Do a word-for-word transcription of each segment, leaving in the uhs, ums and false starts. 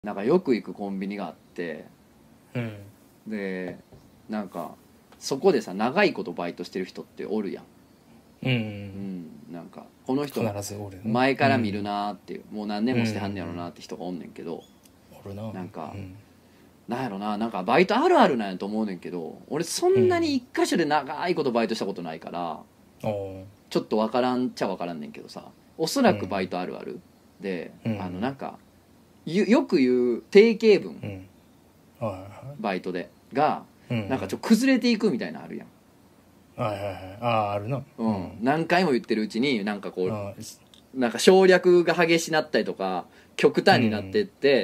なんかよく行くコンビニがあって、 うん、 でなんかそこでさ長いことバイトしてる人っておるやん、 うん、うん、なんかこの人必ずおるよね前から見るなーっていう、もう何年もしてはんねやろなって人がおんねんけど、 おるな。 なんか、 うん、 なんやろな、なんかバイトあるあるなんやと思うねんけど、俺そんなに一箇所で長いことバイトしたことないから、 うん、 ちょっとわからんっちゃわからんねんけどさ、おそらくバイトあるあるで、 うん、 あのなんかよく言う定型文、 うん、はいはい、 バイトでが、 うん、 なんかちょっと崩れていくみたいなのあるやん、 はいはいはい、ああ、あるな、 うん、何回も言ってるうちになんかこう、 あなんか省略が激しなったりとか極端になってって、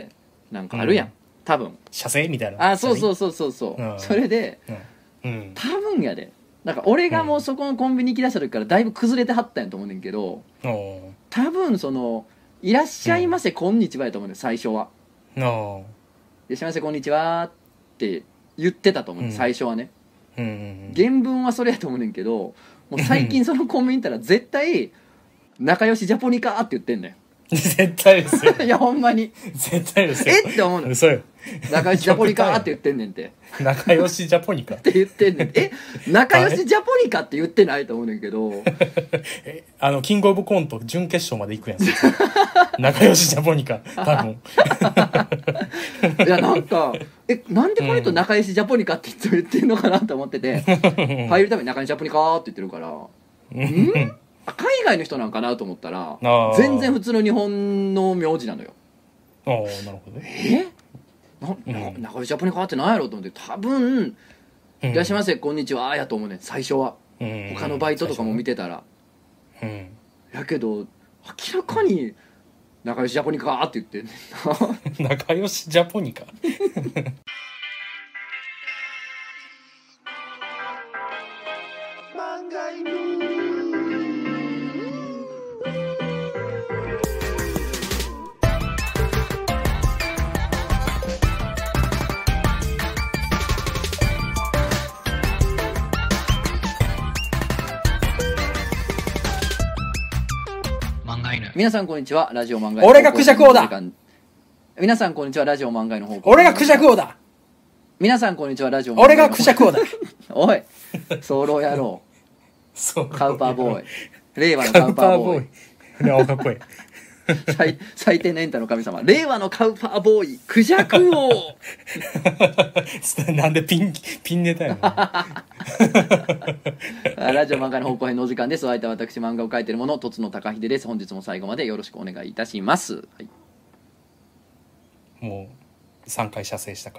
うん、なんかあるやん、多分射精みたいな。 あ、そうそうそうそうそう、うん、それで、 うんうん、 多分やで、なんか俺がもうそこのコンビニ行き出した時からだいぶ崩れてはったんやと思うねんけど、 うん、 多分そのいらっしゃいませ、うん、こんにちはやと思うねん最初は。いらっしゃいませこんにちはって言ってたと思うねん、うん、最初はね、うんうんうん、原文はそれやと思うねんけど、もう最近そのコンビニ行ったら絶対仲良しジャポニカって言ってんねん絶対ですよいやほんまに絶対ですよ。 えって思うの。 嘘よ。 仲良しジャポニカって言ってんねんて仲良しジャポニカって言ってんねん。え仲良しジャポニカって言ってないと思うねんけどえあのキングオブコント準決勝まで行くやん仲良しジャポニカ多分いやなんかえなんでこれと仲良しジャポニカっていつも言ってんのかなと思ってて、入るために仲良しジャポニカって言ってるからん海外の人なんかなと思ったら全然普通の日本の名字なのよ。 ああ、なるほど。 えなな仲良しジャポニカって何やろうと思って、多分「いらっしゃいませこんにちは」やと思うねん最初は、うん、他のバイトとかも見てたら、うん、やけど明らかに「仲良しジャポニカ」って言ってんねんな仲良しジャポニカ皆さんこんにちは、ラジオ漫画俺がクジャク王だ。 皆さんこんにちは、ラジオ漫画の方向。 俺がクジャク王だ。 皆さんこんにちは、ラジオ漫画俺がクジャク王だおい早漏野郎カウパーボーイ、令和のカウパーボーイいやかっこいい最, 最低のエンタの神様、令和のカウパーボーイクジャク王なんでピンピンネタやのラジオ漫画の方向編のお時間です。お相手は私、漫画を描いている者とつの高秀です。本日も最後までよろしくお願いいたします、はい、 もうさんかい射精した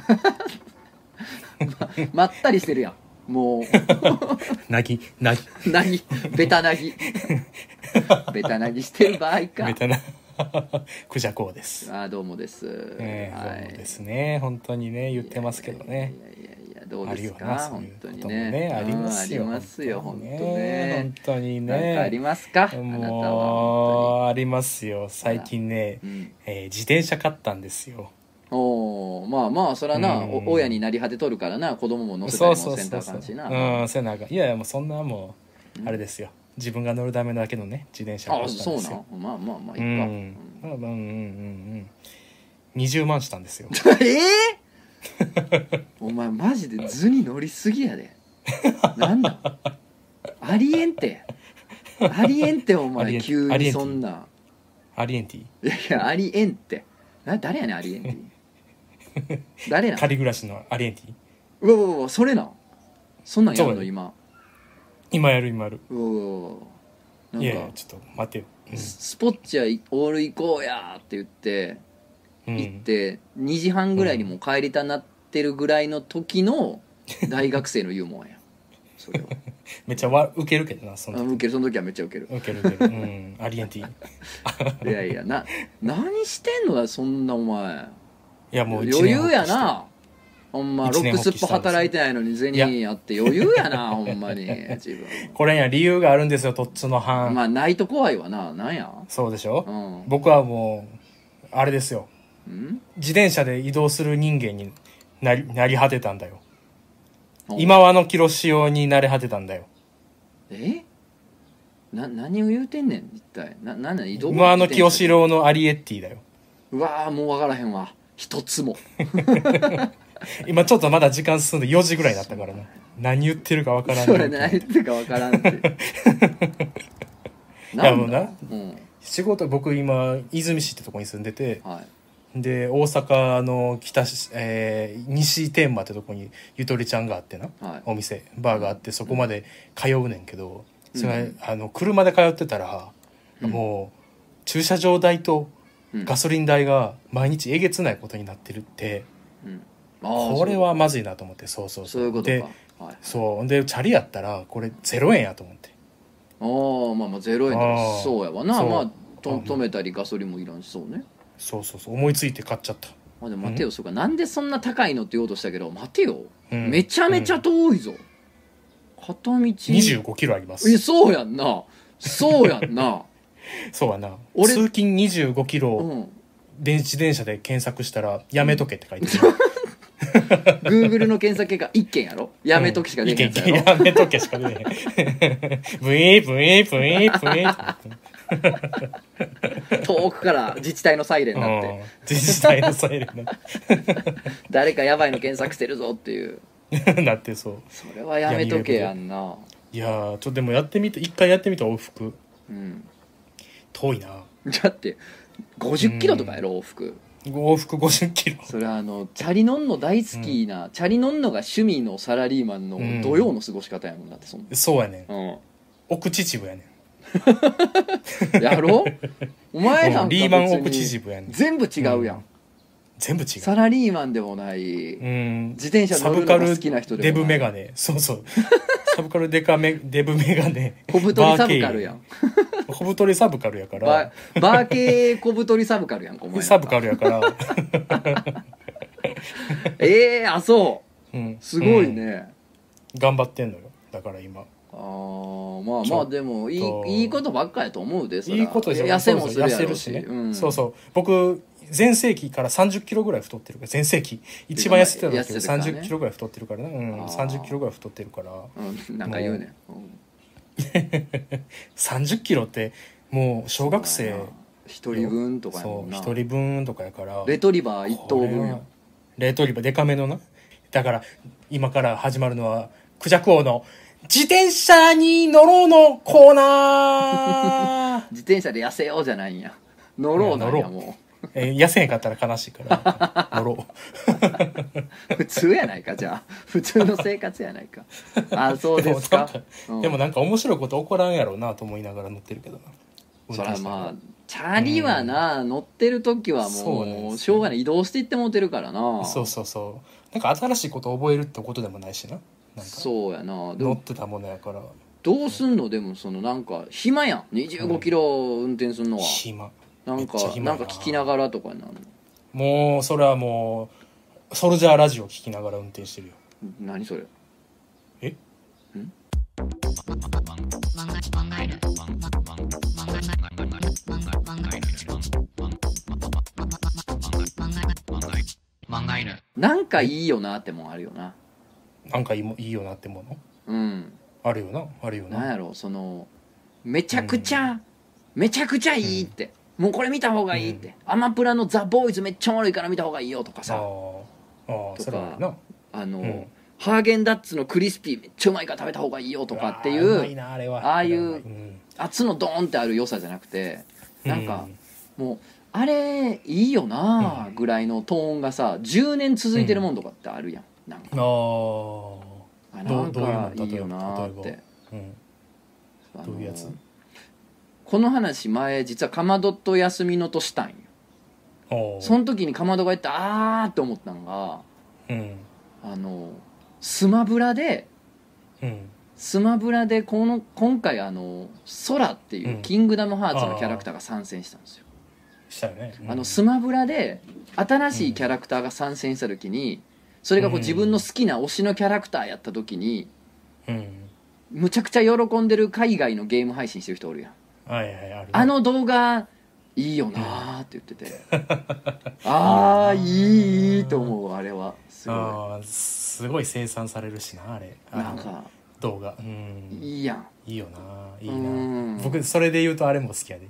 からま, まったりしてるやんもうなぎなぎなぎベタなぎベタなぎしてる場合か。 ベタなクジャク王です。 あ、どうもです、 えー、はい、どうもですね。本当にね言ってますけどね。 いやいやいやどうですか。本当にね、 ねありますよ。 ありますよ本当ね。 本当にね。 なんかありますか。 もうあなたは本当にありますよ。最近ね、うんえー、自転車買ったんですよ。 おまあまあそらな、うん、親になり果てとるからな、子供も乗せたりもせんとあかんしな。 うんせなあかん。いやいやもうそんなもう、うん、あれですよ。自分が乗るためだけのね自転車を買ったんですよ。 あ、そうなん。まあまあまあいいか。うん、うん、うんうんうんにじゅうまんしたんですよ。 えー、お前マジで図に乗りすぎやで。なんだありえんてありえんてお前急にそんなアリエンティ。 いやいやありえんってな、誰やねんアリエンティ誰なん仮暮らしのアリエンティ。 うわうわうわそれなんそんなんやるの今今やる今やる。 うわなんかいやいやちょっと待ってよ、 うん、スポッチャオール行こうやって言って、うん、行ってにじはんぐらいにもう帰りたなってるぐらいの時の大学生のユーモアやそれはめっちゃわウケるけどなその時。 ウケる、その時はめっちゃウケるウケるウケるうんアリエンティいやいやな何してんのだそんなお前。 いやもう余裕やなほんま。ロックスッポ働いてないのに銭あって余裕やなほんまに自分これには理由があるんですよ。とっつの班。 まあないと怖いわな。なんやそうでしょ、うん、僕はもうあれですよ、ん自転車で移動する人間になり、なり果てたんだよ。今和のキロ仕様になり果てたんだよ。 えな何を言うてんねん一体な。なんなん移動今和の清志郎のアリエッティだよ。 うわーもう分からへんわ一つも今ちょっとまだ時間進んでよじぐらいだったからな。何言ってるか分からんそれ何言ってるか分からんっていやもうな、 うん、 仕事僕今和泉市ってとこに住んでて、 はい、 で大阪の北、えー、西天満ってとこにゆとりちゃんがあってな、はい、お店バーがあってそこまで通うねんけど、うん、それ、うん、あの車で通ってたら、うん、もう駐車場代とガソリン代が毎日えげつないことになってるって、うん、これはまずいなと思って。そうそうそうそういうことか。 で、はい、そうでチャリやったらこれゼロえんやと思って。 ああまあまあゼロえんだらそうやわな。まあと止めたりガソリンもいらんしそうね。 そうそうそう思いついて買っちゃった。 まあでも待てよ、うん、そうかなんでそんな高いのって言おうとしたけど待てよ、うん、めちゃめちゃ遠いぞ、うん、片道にじゅうごキロあります。 えそうやんなそうやんなそうやな。通勤にじゅうごキロ、うん、電子電車で検索したらやめとけって書いてる、 Google の検索結果いっけんやろやめとけしか出へんやつやろ、 うん、やめとけしか出へんブイーブイーブイーブイー遠くから自治体のサイレンになって自治体のサイレンになって誰かやばいの検索してるぞっていうなってそう。 それはやめとけやんな。 いやーちょっとでもやってみて一回やってみた往復、うん、遠いな。 だってごじゅっキロとかやろ、うん、往復往復ごじゅっキロ。 それはあのチャリノンの大好きな、うん、チャリノンのが趣味のサラリーマンの土曜の過ごし方やもんだって。そんなそうやねん、うん、奥秩父やねんやろお前なんかリーマン奥秩父やねん。 全部違うやん、うん、 全部違う。 サラリーマンでもない、うん、自転車乗るのが好きな人でもない、 デブメガネ。そうそうサブカルデカメデブメガネ小太りサブカルやん小太りサブカルやからバ, バー系小太りサブカルやんお前サブカルやからええー、あそう、うん、すごいね、 うん、頑張ってんのよだから今。 あーまあまあでもいいいいことばっかやと思うで。そいいことでしょ。 痩せもするやろし、 痩せるしね、うん、そうそう僕全盛期からさんじゅっキロぐらい太ってるから。全盛期一番痩せてた時はさんじゅっキロぐらい太ってるからね、うん、さんじゅっキロぐらい太ってるから、 うん、なんか言うねん、うん、 さんじゅっキロってもう小学生一人分とかやもんな。 そう一人分とかやから。 レトリバー一頭分や。 レトリバーデカめのな。だから今から始まるのはクジャク王の自転車に乗ろうのコーナー自転車で痩せようじゃないんや。乗ろうなんやもう、 えー、痩せへんかったら悲しいから乗ろう普通やないか。じゃあ普通の生活やないかあそうですか。 でもなんか、うん、でもなんか面白いこと起こらんやろうなと思いながら乗ってるけどな。 そらまあチャリはな、うん、乗ってる時はもうしょうがない移動していってもうてるからな。 そうそうそう。なんか新しいこと覚えるってことでもないしな。なんかそうやな。 乗ってたものやからどうすんの。でもそのなんか暇やんにじゅうごキロ運転するのは、うん、 暇なんかなんか聞きながらとかになるの。 もうそれはもうソルジャーラジオ聞きながら運転してるよ。 何それ。 えんなんかいいよなってもんあるよな。 なんかいいもいいよなってもの、うん、あるよなあるよな。 なんやろそのめちゃくちゃ、うん、めちゃくちゃいいって、うん、もうこれ見た方がいいって、うん、アマプラのザ・ボーイズめっちゃおもろいから見た方がいいよとかさ。ああとかあ, あの、うん、ハーゲンダッツのクリスピーめっちゃうまいから食べた方がいいよとかっていう あ, ああいう圧のドーンってある良さじゃなくて、なんか、うん、もうあれいいよなぐらいのトーンがさじゅうねん続いてるもんとかってあるやん。なんかあなんかいいよなって。 どういうやつ。 この話前実はかまどと休みのとしたんよ。その時にかまどが言ってあーって思ったんが、うん、あのスマブラで、うん、スマブラでこの今回あのソラっていうキングダムハーツのキャラクターが参戦したんですよ。 したよね。うん、 あのスマブラで新しいキャラクターが参戦した時に、それがこう自分の好きな推しのキャラクターやった時に、うん、むちゃくちゃ喜んでる海外のゲーム配信してる人おるやん。 はいはい、あるね。 あの動画いいよなーって言ってて、うん、ああいいいいと思う。あれはすごい。あすごい生産されるしなあれ。 なんか動画、うん、 いいやん。 いいよないいな。僕それで言うとあれも好きやで。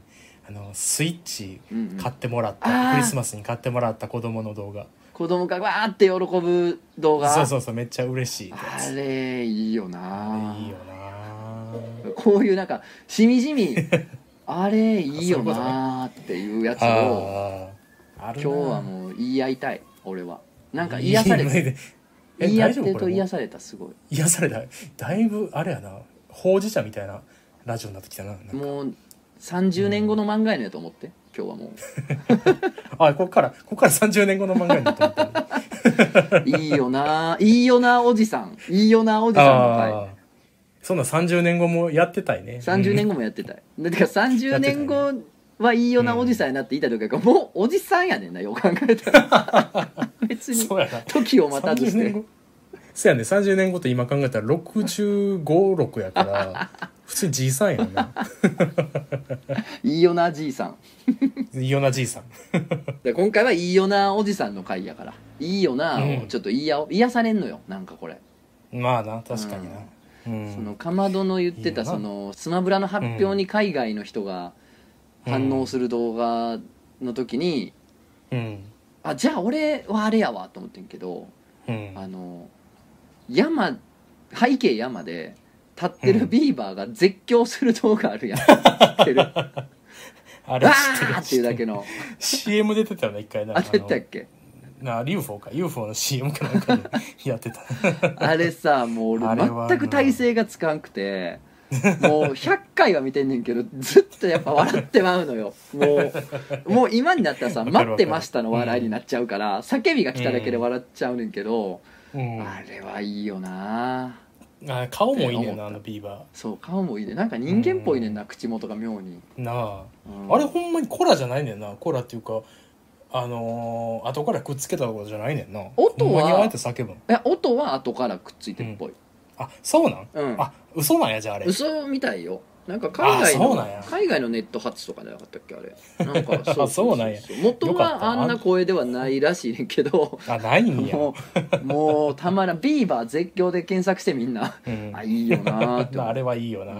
あのスイッチ買ってもらった、 うんうん、 クリスマスに買ってもらった子供の動画、 子供がわーって喜ぶ動画、 そうそうそう、めっちゃ嬉しいやつ、あれいいよな、 いいよな、 こういうなんかしみじみあれいいよなっていうやつを今日はもう言い合いたい。俺はなんか癒されて言い合ってると癒された。すごい癒された。だいぶあれやな、ほうじ茶みたいなラジオになってきたな。なんかもうさんじゅうねんごの漫画やねんと思って、今日はもうあ、こっからここからさんじゅうねんごの漫画になって思ったいいよないいよなおじさん、いいよなおじさんの回、 そんなさんじゅうねんごもやってたいね。 さんじゅうねんごもやってたい、うん、だからさんじゅうねんごはいいよなおじさんやなって言いたい時は、もうおじさんやねんな、よく考えたら別に時を待たずしてそうやね、さんじゅうねんごって今考えたらろくじゅうご、ろくやから普通にじいさんやないいよなじいさんいいよなじいさんで今回はいいよなおじさんの回やから、いいよなをちょっと言い合おう、癒されんのよなんかこれ。 まあな、確かにな、 うんうん、そのかまどの言ってたそのスマブラの発表に海外の人が反応する動画の時に、うん、あ、じゃあ俺はあれやわと思ってんけど、うん、あの山背景山で立ってるビーバーが絶叫する動画あるやん、うん、知ってるあれ知ってるわーっていうだけのシーエム 出てたよね一回な。 あ、出てたっけな、 ユーフォー か ユーフォー の シーエム かなんかでやってたあれさ、もう俺全く体勢がつかんくて、もうひゃっかいは見てんねんけどずっとやっぱ笑ってまうのよ。もうもう今になったらさ待ってましたの笑いになっちゃうから、うん、叫びが来ただけで笑っちゃうねんけど、うん、あれはいいよなあ。顔もいいねんな、あのビーバー。 そう、顔もいいね、なんか人間っぽいねんな、うん、口元が妙になあ、うん、あれほんまにコラじゃないねんな。コラっていうかあのー、後からくっつけたところじゃないねんな。 音はあえて叫ぶん。いや、音は後からくっついてるっぽい、うん、 あ、そうなん、 うん、 あ、嘘なんや。じゃああれ嘘みたいよ。なんか海外の海外のネット発とかじゃなかったっけあれ。なんかそうそうそう、 そうなんや。 元はあんな声ではないらしいねんけど、 あ、ないんや。 もうもうたまらん。ビーバー絶叫で検索してみんな、うん、あ、いいよなってあれはいいよな、うん、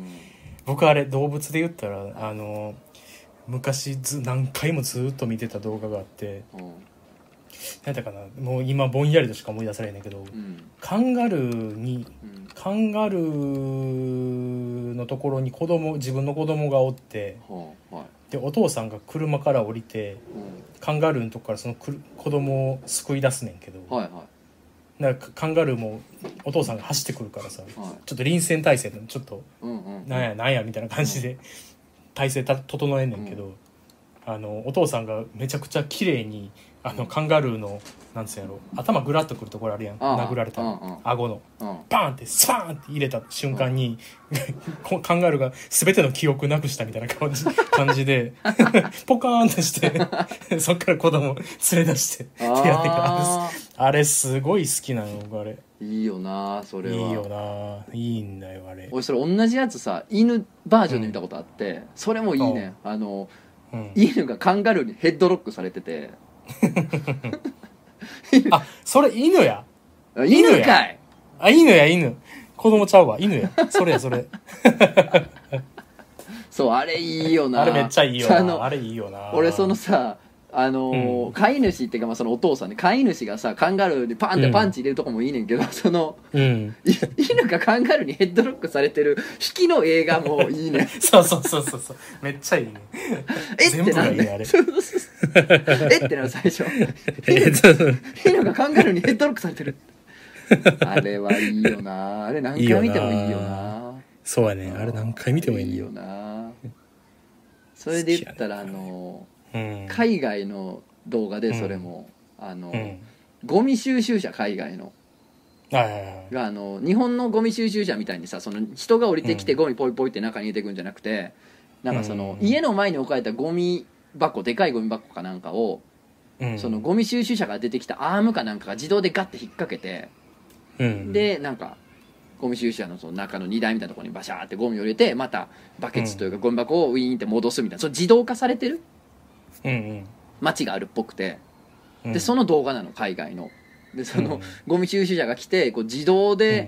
僕あれ動物で言ったらあの昔ず何回もずっと見てた動画があって、うん、何だかな、もう今ぼんやりとしか思い出されないんだけど、うん、カンガルーに、うん、カンガルーのところに子供自分の子供がおって、はいはい、でお父さんが車から降りて、うん、カンガルーのとこからその子供を救い出すねんけど、はいはい、だからカンガルーもお父さんが走ってくるからさ、はい、ちょっと臨戦態勢でちょっと、うんうんうん、なんやなんやみたいな感じで、うん、体勢た整えんねんけど、うん、あのお父さんがめちゃくちゃ綺麗にあのカンガルーのなんつうんやろ、頭グラッとくるところあるやん、殴られたら顎のバーンってスパーンって入れた瞬間にカンガルーが全ての記憶なくしたみたいな感じ感じでポカーンとしてそっから子供連れ出してってやってからあれすごい好きなの僕あれ。 いいよなそれは。 いいよないいんだよあれ。 俺それ同じやつさ犬バージョンで見たことあって、うん、それもいいね、うん、あの、うん、犬がカンガルーにヘッドロックされててあ、それ犬や。 犬かい。 あ、犬や犬。子供ちゃうわ犬や。それやそれ。 そう、あれいいよな。 あれめっちゃいいよな。あの、あれいいよな。 俺そのさ、あのーうん、飼い主っていうかまあそのお父さんね、飼い主がさカンガルーにパンってパンチ入れるとこもいいねんけど、うん、その、うん、犬がカンガルーにヘッドロックされてる引きの映画もいいねん。 そうそうそうそうそう、めっちゃいいね。 えってなんで、あれえってなる最初犬がカンガルーにヘッドロックされてるあれはいいよな。あれ何回見てもいいよな。 そうやね、あれ何回見てもいい、ね、 いいよな。それで言ったらあのうん、海外の動画でそれも、うん、あの、うん、ゴミ収集車海外の、はいはいはい、があの日本のゴミ収集車みたいにさ、その人が降りてきてゴミポイポイって中に入れていくんじゃなくて、うん、なんかその、うん、家の前に置かれたゴミ箱、でかいゴミ箱かなんかを、うん、そのゴミ収集車が出てきたアームかなんかが自動でガッて引っ掛けて、うん、でなんかゴミ収集車のその中の荷台みたいなところにバシャーってゴミを入れて、またバケツというかゴミ箱をウィーンって戻すみたいな、その自動化されてるうんうん、街があるっぽくて、でその動画なの海外の。でその、うん、ゴミ収集車が来てこう自動で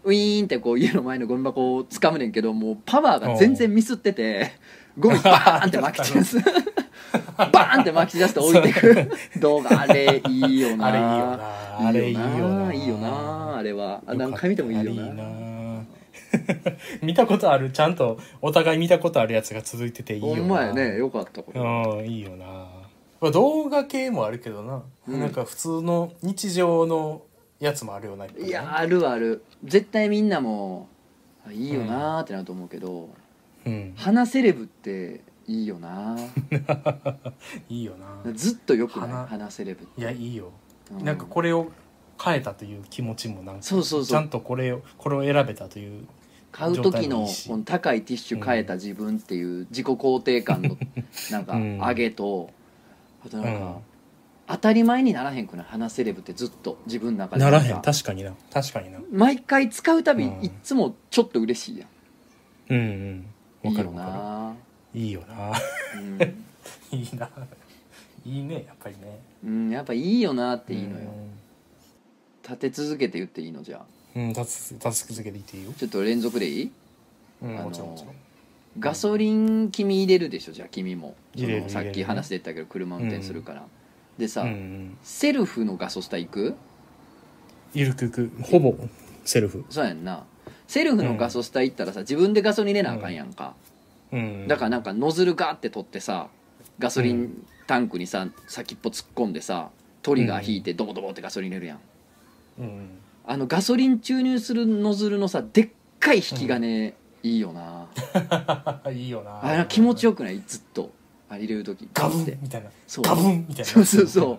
ウィーンってこう家の前のゴミ箱を掴むねんけど、もうパワーが全然ミスっててゴミバーンって撒き散らすバーンって撒き散らして置いてく動画、あれいいよな。 あれいいよな。あれいいよな。 いいよな。あれは何回見てもいいよな。いいな見たことある、ちゃんとお互い見たことあるやつが続いてていいよな。 ほんまやね、よかったこれ。 うん、いいよな。まあ、動画系もあるけどな、うん、なんか普通の日常のやつもあるよな。 いや、あるある。絶対みんなもいいよなってなると思うけど、うん、花セレブっていいよな。 いいよな。 ずっとよくない？花セレブって。 いや、いいよ、うん、なんかこれを変えたという気持ちもなんか、 そうそうそう、 ちゃんとこれをこれを選べたという、 買う時のこの高いティッシュ変えた自分っていう自己肯定感のなんか上げと、あとなんか、うん、当たり前にならへんくない？花セレブってずっと自分の中でならへん。確かにな、確かにな。 毎回使うたび、うん、いっつもちょっと嬉しいやん。 うんうん、わかるわかる。いいよな、うん、いいな、いいね、やっぱりね。 うん、やっぱいいよなっていいのよ、うん、立て続けて言っていいの？じゃあ、 うん、立て続けて言っていいよ。 ちょっと連続でいい？ うん、もちろんもちろん。 ガソリン君入れるでしょ？じゃあ君もそのさっき話してたけど車運転するから、うん、でさ、うんうん、セルフのガソスタ行く？ いるくくほぼセルフ。 そうやんな。セルフのガソスタ行ったらさ、自分でガソリン入れなあかんやんか、うん、だからなんかノズルガーって取ってさ、ガソリンタンクにさ先っぽ突っ込んでさ、トリガー引いてドボドボってガソリン入れるやん、うん、あのガソリン注入するノズルのさでっかい引き金、うん、いいよな。 いいよな。 あれ気持ちよくない？ずっとあれ入れる時ガブンみたいな、 そうガブンみたいな、 そうそうそう、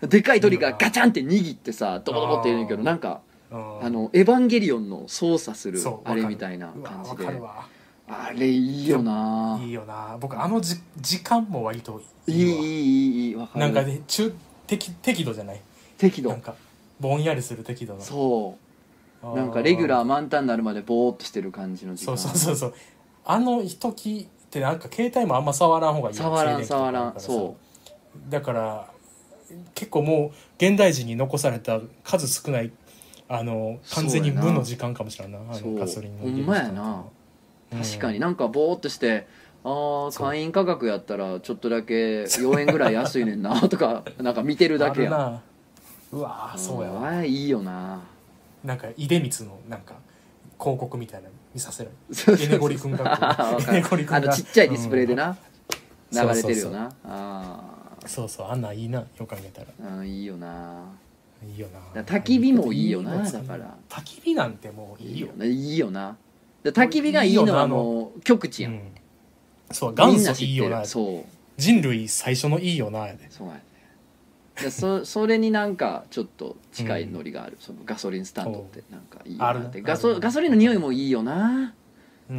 でかいトリガーガチャンって握ってさドボドボって入れるんけど、なんかあのエヴァンゲリオンの操作するあれみたいな感じで、あれいいよな。 いいよな。僕あのじ時間も割といいいいいいいい、わかる。 なんかね、中適適度じゃない、 適度、 なんかぼんやりする適度な、 そうなんかレギュラー満タンになるまでボーっとしてる感じの時間。 そうそうそうそう、あの時ってなんか携帯もあんま触らん方がいい。 触らん触らん。そうだから結構もう現代人に残された数少ないあの完全に無の時間かもしれんな、あのガソリンのほんまやな、うん、確かになんかボーっとして、ああ会員価格やったらちょっとだけよえんぐらい安いねんなとかなんか見てるだけやん。あるな。 うわー、そうやわ。 あいいよな。 なんか出光のなんか広告みたいなの見させる。エネゴリ君がエネゴリ君があのちっちゃいディスプレイでな、うん、流れてるよな。ああ、そうそう、あんなんいいな、よく考えたら。あいいよな。 いいよな。 焚き火もいいよな。だから焚き火なんてもういいよ。 いいよな。焚き火がいいのはもう極致やん、うん、 そう、元祖いいよな。そう、人類最初のいいよなやで。 そうやね。で そ, それになんかちょっと近いノリがある、うん、そのガソリンスタンドってなんかいいよなって。ガ ソ, ガソリンの匂いもいいよな。 うん、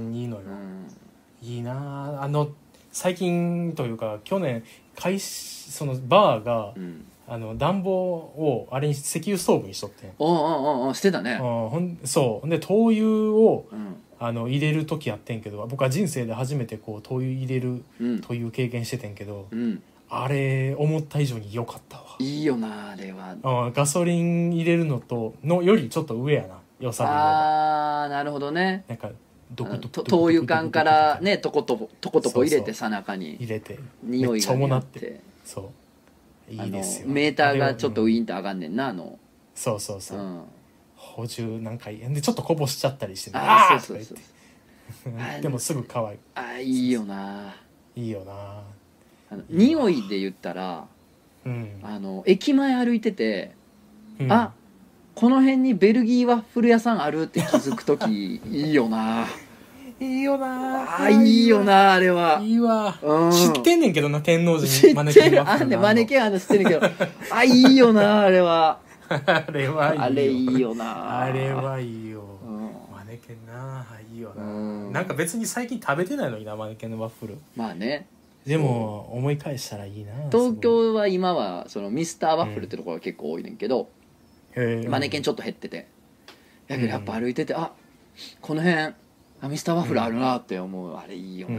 いいのよ、うん、いいな。あの最近というか去年開始そのバーが、うん、あの暖房をあれに石油ストーブにしとってん。 おおおおしてたね。 ほんそうで灯油を、うん、あの入れる時やってんけど、僕は人生で初めてこう灯油入れるという経験しててんけど、うん、あれ思った以上に良かったわ。 いいよなあれは。 あガソリン入れるのとのよりちょっと上やな、良さで。 ああなるほどね。 なんか灯油缶からねとことことことこ入れてさなかに入れて匂いが出て、そういいですよ。 メーターがちょっとウィーンって上がんねんな、あのそうそうそう、うん、補充何回でちょっとこぼしちゃったりして、ね、 ああそうそうそうでもすぐ乾く。 ああいいよないいよな。 あの匂いで言ったら、うん、あの駅前歩いてて、うん、あこの辺にベルギーワッフル屋さんあるって気づく時いいよないいよなあいいよなあれはいいわ、うん、知ってんねんけどな、天王寺にマネキンワッフルあんねん、マネキンある知ってんねんけどあいいよなあれはあれはいいよ、 あれいいよなあれはいいよ、うん、マネキンないいよな、うん、なんか別に最近食べてないのにな、マネキンのワッフル。 まあね、 でも思い返したらいいな。 東京は今はそのミスターワッフルってところが結構多いねんけど、うん、マネキンちょっと減ってて、やけどやっぱ歩いてて、うん、あこの辺あミスターワッフルあるなって思う、うん、あれいいよな、うん、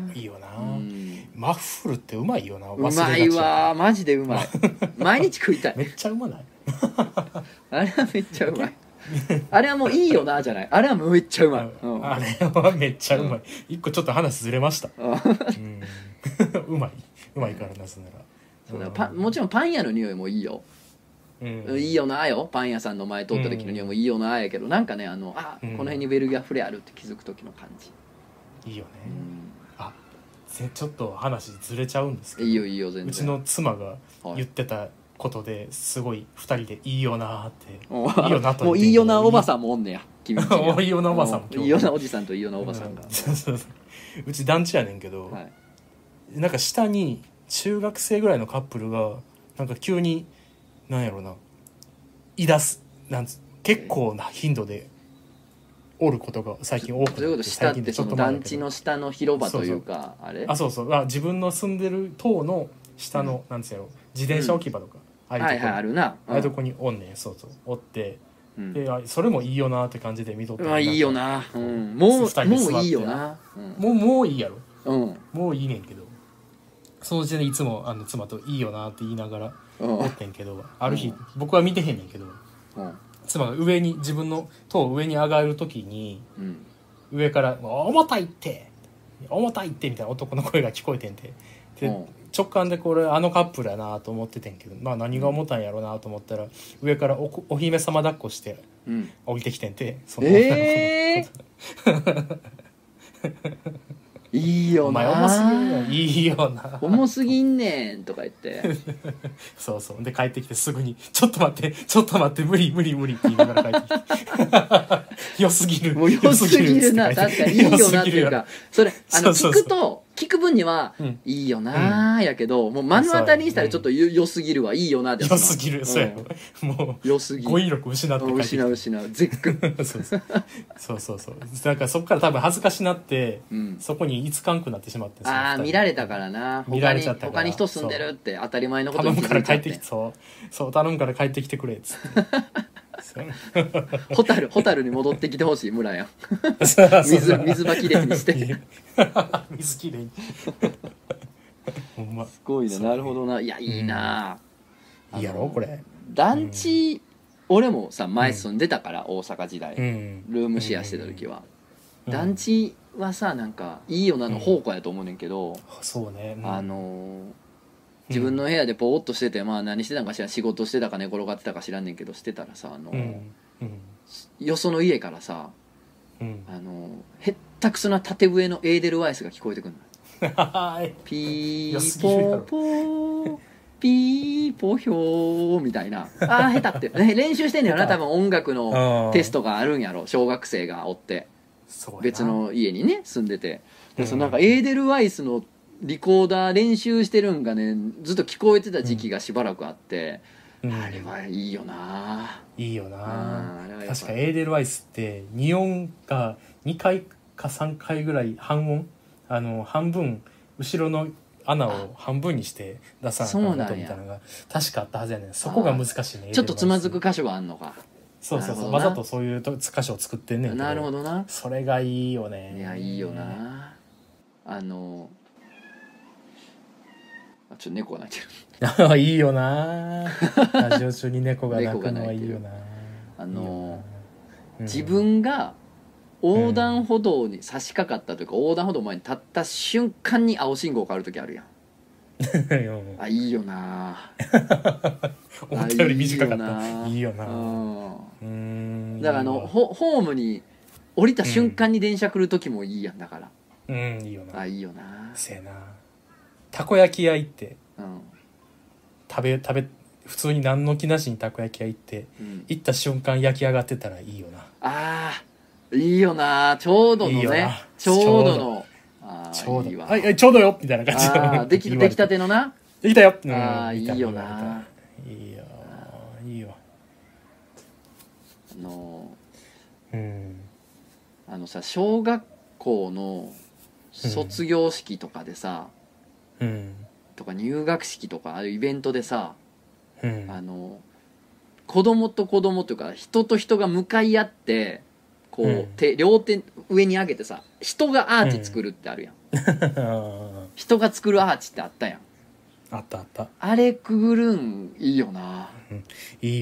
いいよな、うん、ワッフルってうまいよな。 うまいわマジでうまい毎日食いたい。 めっちゃうまないあれはめっちゃうまいあれはもういいよなじゃない、あれはめっちゃうまい、 うん、あれはめっちゃうまい、一個ちょっと話ずれました、うん、うまいうまいからなすならそうだ、パもちろんパン屋の匂いもいいよ、うん、いいよなよ、パン屋さんの前通った時の匂いもいいよなやけど、なんかね、あのあ、うん、この辺にベルギアフレあるって気づく時の感じいいよね、うん、あちょっと話ずれちゃうんですけど、 いいよいいよ全然、 うちの妻が言ってたことですごいふたりでいいよなっていいよなともういいよなおばさんもおんねや君ちにいいよなおばさんもいいよなおじさんといいよなおばさんが、 うん、うち団地やねんけど、はい、なんか下に中学生ぐらいのカップルがなんか急になんやろな言い出すなんつ結構な頻度でおることが最近多くて、 そういうこと下ってその団地の下の広場というか、あれあそうそうあ自分の住んでる棟の下の、うん、なんつうやろ自転車置き場とか、 うん、ああいうとこ、はいはい、あるな、 うん、ああいうとこにおんねん、そうそうおって、うん、でそれもいいよなって感じで見とって、 まあいいよな、うん、もうもういいよな、 うん、もうもういいやろ、 うん、 もういいねんけど、その時点でいつもあの妻といいよなって言いながらおってんけど、ある日、うん、僕は見てへんねんけど、うん、妻が上に自分の塔上に上がる時に、うん、上から「重たいって重たいって」みたいな男の声が聞こえてんて、で、うん、直感でこれあのカップルやなと思っててんけど、まあ何が重たいんやろうなと思ったら、上から お, お姫様抱っこして降りてきてんて、その女の子の、えーいいよな、お前重すぎんよいいよな重すぎんねんとか言ってそうそうで帰ってきてすぐにちょっと待ってちょっと待って無理無理無理って言いながら帰ってきて良すぎるもう良すぎるな、確かにいいよなっていうか、それあの聞くと聞く分には、うん、いいよなやけど、もう目の当たりにしたらちょっと良すぎるわ、いいよなで良すぎる、そうやろ、もう良すぎる語彙力失って帰ってきて失う失う絶句そうそうそうそうそうなんかそっから多分恥ずかしなって、うん、そこにいつかんくなってしまって、 ああ見られたからな、 見られちゃったから他に人住んでるって当たり前のことに気づいちゃって、頼むから帰ってきて、そうそう頼むから帰ってきてくれっつってホタルホタルに戻ってきてほしい村やん水水場きれいにして水きれいにほんますごいな、なるほどな、いやいいな、 うん、いいやろこれ団地、うん、俺もさ前住んでたから、うん、大阪時代、うん、ルームシェアしてた時は、うん、団地はさなんかいいよなの宝庫やと思うねんけど、うん、 そうね、 あの自分の部屋でポーっとしてて、まあ何してたんか知らん、仕事してたか寝転がってたか知らんねんけど、してたらさ、あの、うんうん、よその家からさ、うん、あのへったくそな縦笛のエーデルワイスが聞こえてくるのピーポーポーピーポヒョーみたいな、ああ下手って、ね、練習してんねやろな多分、音楽のテストがあるんやろ、小学生がおって別の家にね住んでて、で、うん、そのなんかエーデルワイスのリコーダー練習してるんがねずっと聞こえてた時期がしばらくあって、うん、あれはいいよな、 いいよな、確かエーデルワイスってに音がにかいかさんかいぐらい半音、あの半分後ろの穴を半分にして出さなかったみたいなのが確かあったはずやねん。そこが難しいね、 ちょっとつまずく箇所があんのか、 そうそうそう、わざとそういう箇所を作ってんねんけど、 なるほどな、 それがいいよね。 いやいいよな、あのちょっと猫が鳴いてるいいよなラジオ中に猫が鳴くのはいいよな、 あのーうん、自分が横断歩道に差し掛かったというか、うん、横断歩道前に立った瞬間に青信号変わる時あるやんあいいよな思ったより短かったいいよな、 うん、だからあのホホームに降りた瞬間に電車来る時もいいやん、だからうん、うん、いいよな、 あいいよな、 せやな、たこ焼き屋行って、うん、食べ食べ普通に何の気なしにたこ焼き屋行って、うん、行った瞬間焼き上がってたらいいよな、 あーいいよな、ちょうどのね、いいよな、ちょうどのあちょうどいいわ、あちょうどよみたいな感じでできできたてのな、 できたよ、うん、 あいいよな、 いいよいいよ、 あのー、うんあのさ小学校の卒業式とかでさ、うん、とか入学式とかああいうイベントでさ、うん、あの子供と子供というか人と人が向かい合ってこう、うん、手両手上に上げてさ人がアーチ作るってあるやん、うん、人が作るアーチってあったやん、 あったあった、 あれくぐるんいいよな、 うん、いいよ、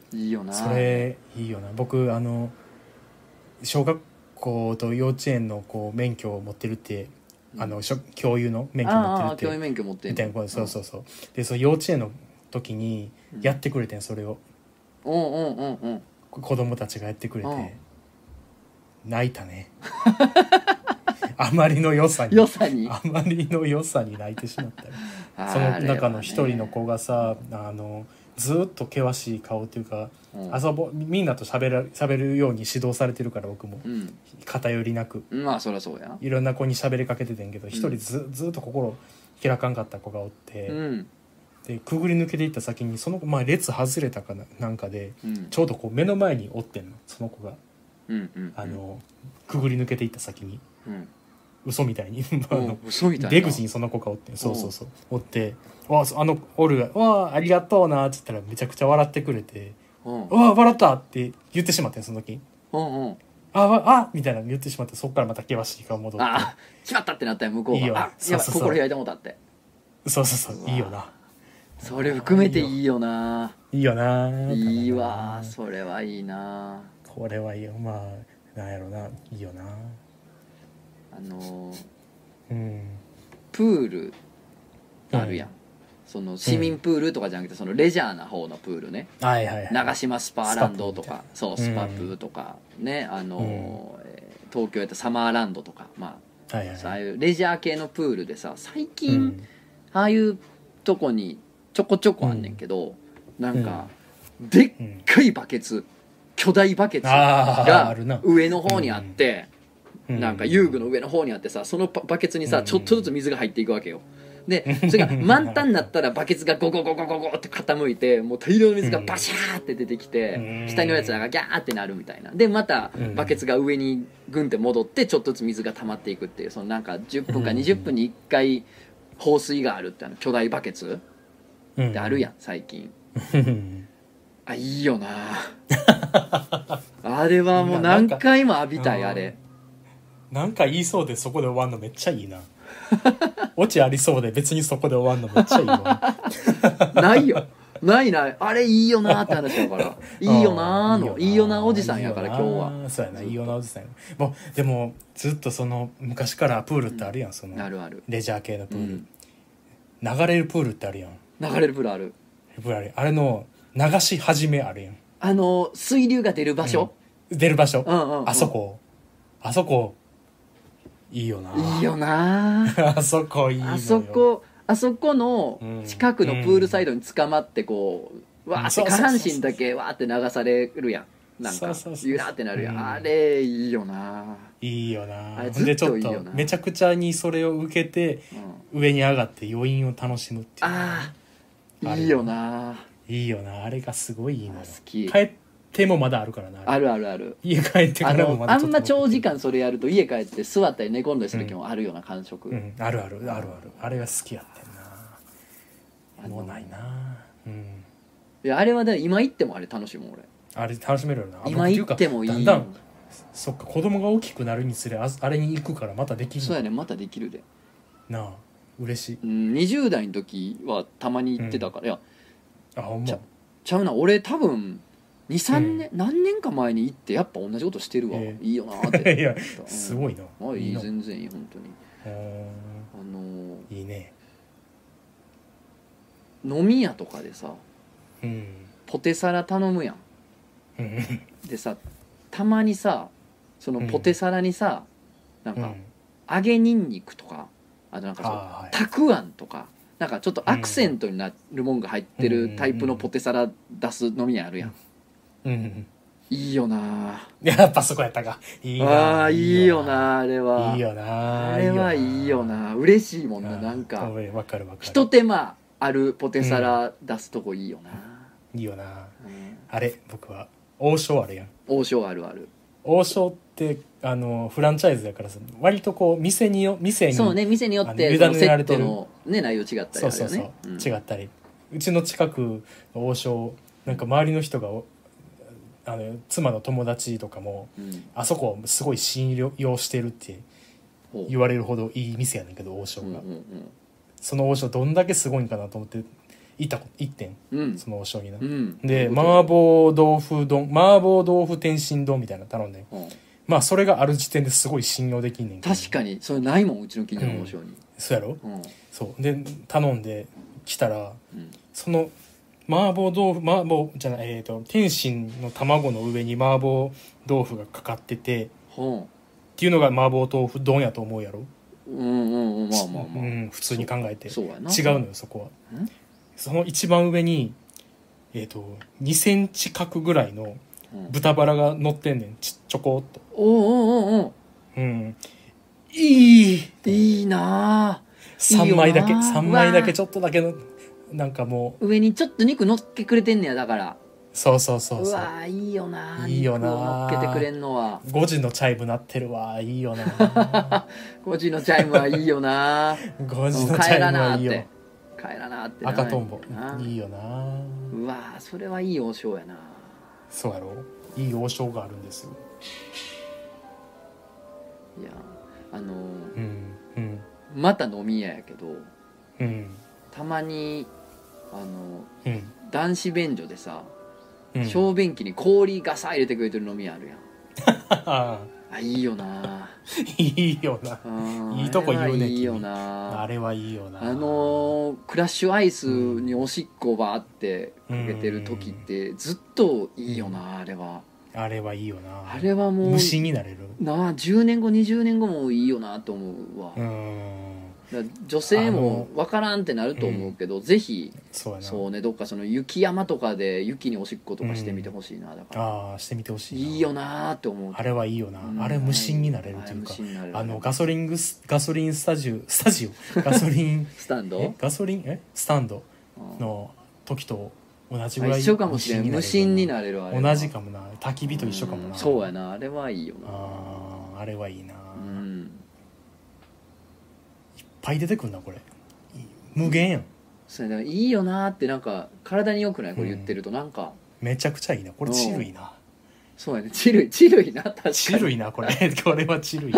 いいよな。 それいいよな。僕あの小学校と幼稚園のこう免許を持ってるって、うん、あの教諭の免許持ってるって、 教諭免許持ってるみたいな。そうそうそう。でその幼稚園の時にやってくれてん、それを。 うんうんうんうん。 子供たちがやってくれて泣いたね。あまりの良さに良さにあまりの良さに泣いてしまったり。その中の一人の子がさ、あのずっと険しい顔っていうか、うん、遊ぼみんなと喋る喋るように指導されてるから僕も、うん、偏りなく、 まあそりゃそうや、 いろんな子に喋りかけててんけど、一、うん、人ずずっと心開かんかった子がおって、うん、でくぐり抜けていった先にその子、まあ、列外れたかななんかで、うん、ちょうどこう目の前におってんのその子が、うんうんうん、あのくぐり抜けていった先に、うん、嘘みたいにあの嘘みたいな出口にその子がおってそうそうそうおってわあのおるがわあありがとうなって言ったらめちゃくちゃ笑ってくれて、うん、わあ笑ったって言ってしまってんその時、うんうん、あわあみたいな言ってしまって、そっからまた険しい顔戻って、 あしまったってなったよ向こうが、いいよあやばい心開いてもうたって、 そうそうそういいよな、 それ含めていいよな、 いいよないいわそれはいいな、 これはいいよ、まあなんやろないいよな。 あのーうん、 プールあるやん、うん、その市民プールとかじゃなくてそのレジャーな方のプールね、 うんはいはいはい、 長島スパーランドとかそうスパプーとかね、あのーうんえー、東京やったサマーランドとか、まあ、はいはいはい、ああいうレジャー系のプールでさ最近、うん、ああいうとこにちょこちょこあんねんけど、うん、なんか、うん、でっかいバケツ、巨大バケツが上の方にあって、なんか遊具の上の方にあってさ、そのバケツにさちょっとずつ水が入っていくわけよ。でそれが満タンになったらバケツがゴゴゴゴゴゴって傾いて、もう大量の水がバシャーって出てきて、下のやつらがギャーってなるみたいな。でまたバケツが上にグンって戻ってちょっとずつ水が溜まっていくっていう、そのなんかじゅっぷんかにじゅっぷんにいっかい放水があるって、あの巨大バケツってあるやん最近。あいいよなあれはもう何回も浴びたい。あれなんか言いそうでそこで終わんのめっちゃいいなオチありそうで別にそこで終わんのめっちゃいいわないよないない、あれいいよなって話だからいいよなのいいよなおじさんやから今日は。 そうやないいよなおじさんや。もうでもずっとその昔からプールってあるやん、そのあるあるレジャー系のプール、うん、流れるプールってあるやん。 流れるプールあるプールある、あれの流し始めあるやん、 あの水流が出る場所、 うん、出る場所、 うんうんうん、 あそこあそこいいよないいよなあそこいいのよ。 あそこあそこの近くのプールサイドに捕まってこう、うん、わーって下半身だけわーって流されるやん、なんかゆらーってなるやん、うん、あれいいよないいよな。 あれずっといいよな。 でちょっとめちゃくちゃにそれを受けて、うん、上に上がって余韻を楽しむっていう、 ああいいよないいよな、あれがすごいいいのよ。 好き。 帰ってもまだあるからな。 あるあるある。 家帰ってからもまだちょっとあんま長時間それやると家帰って座ったり寝込んだりする時もあるような感触、 うんうん、あるあるあるある、あれが好きやってんな。もうないな、うん、 いやあれはで今行ってもあれ楽しいもん俺。 あれ楽しめるよな。 今行ってもいい。だんだんそっか子供が大きくなるにつれ あ, あれに行くからまたできる。 そうやね、またできるでなあ、嬉しい、 うん、にじゅう代の時はたまに行ってたから、うん、いやあほんまちゃちゃうな、俺多分にさんねん、うん、何年か前に行ってやっぱ同じことしてるわ、えー、いいよなっていやすごいな、 うん、あいい全然いい本当に。あのー、いいね。 飲み屋とかでさ、 うん、 ポテサラ頼むやんでさたまにさそのポテサラにさ、うん、なんか揚げにんにくとかあとなんかそう、はい、たくあんとかなんかちょっとアクセントになるもんが入ってるタイプのポテサラ出す飲み屋あるやん、 うんうん、 いいよな。 やっぱそこやったか。いいなあ、いいよなあれは。 いいよなあれはいいよな。嬉しいもんな、なんかわかるわかる。 ひと手間あるポテサラ出すとこいいよな、 うん、いいよな、うん、あれ僕は王将あるやん。 王将あるある。 王将ってあのフランチャイズだからさ割とこう店によ店にそうね店によってそのセットの、ね、内容違ったりあるよね。 そうそうそう、うん、違ったり。うちの近くの王将なんか周りの人があの妻の友達とかも、うん、あそこすごい信用してるって言われるほどいい店やねんけど王将が、うんうんうん、その王将どんだけすごいんかなと思って行った行ってん、 うん、 その王将にな、 うん、 で麻婆豆腐丼麻婆豆腐天津丼みたいなの頼んでん、うん、まあそれがある時点ですごい信用できんねんけど、 確かにそれないもんうちの近所の王将に、うん、 そうやろ、うん、そうで頼んで来たら、うん、その麻婆豆腐麻婆じゃないえーと天津の卵の上に麻婆豆腐がかかってて、うん、っていうのが麻婆豆腐丼やと思うやろ。 うんうんうん、まあまあまあ、うん、 普通に考えてそうやな、 違うのよそこは。その一番上にえっ、ー、とにセンチ角ぐらいの豚バラが乗ってんねん、ちちょこっと。 おおおお、 うん、いいいいなさんまいだけさんまいだけちょっとだけのなんかもう上にちょっと肉乗っけくれてんねや、だからそうそうそうそう、うわいいよないいよな、 肉を乗っけてくれんのは。 ごじのチャイム鳴ってるわ、いいよなごじのチャイムはいいよなごじのチャイムはいいよ、 帰らなって赤とんぼいいよな。 うわそれはいい王将やな。 そうやろ、いい王将があるんですよ。 いやあのーうんうん、 また飲み屋やけど、 うん、 たまにあの、 うん、 男子便所でさ、 うん、 小便器に氷ガサ入れてくれてる飲み屋あるやんあいいよないいよないいとこ言うね、 いいよなあれはいいよな。 あのー、クラッシュアイスにおしっこバーってかけてる時ってずっといいよな、うん、あれはあれはいいよな。 あれはもう無心になれるなあ、じゅうねんごにじゅうねんごもいいよなと思うわ。うん、だ女性も分からんってなると思うけど、うん、ぜひそうやな、そうね、どっかその雪山とかで雪におしっことかしてみてほしいな、だから、 ああしてみてほしいな。 いいよなって思う。あれはいいよな、うん、あれ無心になれるというか、あのガソリングスガソリンスタジオスタジオガソリンスタンドガソリンえスタンドの時と同じぐらい一緒かもしれん、無心になれる。あれ同じかもな、焚き火と一緒かもな、 うん、そうやな、あれはいいよな。 ああれはいいな、 うん、 いっぱい出てくんなこれ、無限やん。 それだからいいよなってなんか体に良くないこれ言ってると、なんか、 うん、めちゃくちゃいいなこれ、チルいな。 そうやね、チルいチルいな、確かにチルいなこれこれはチルい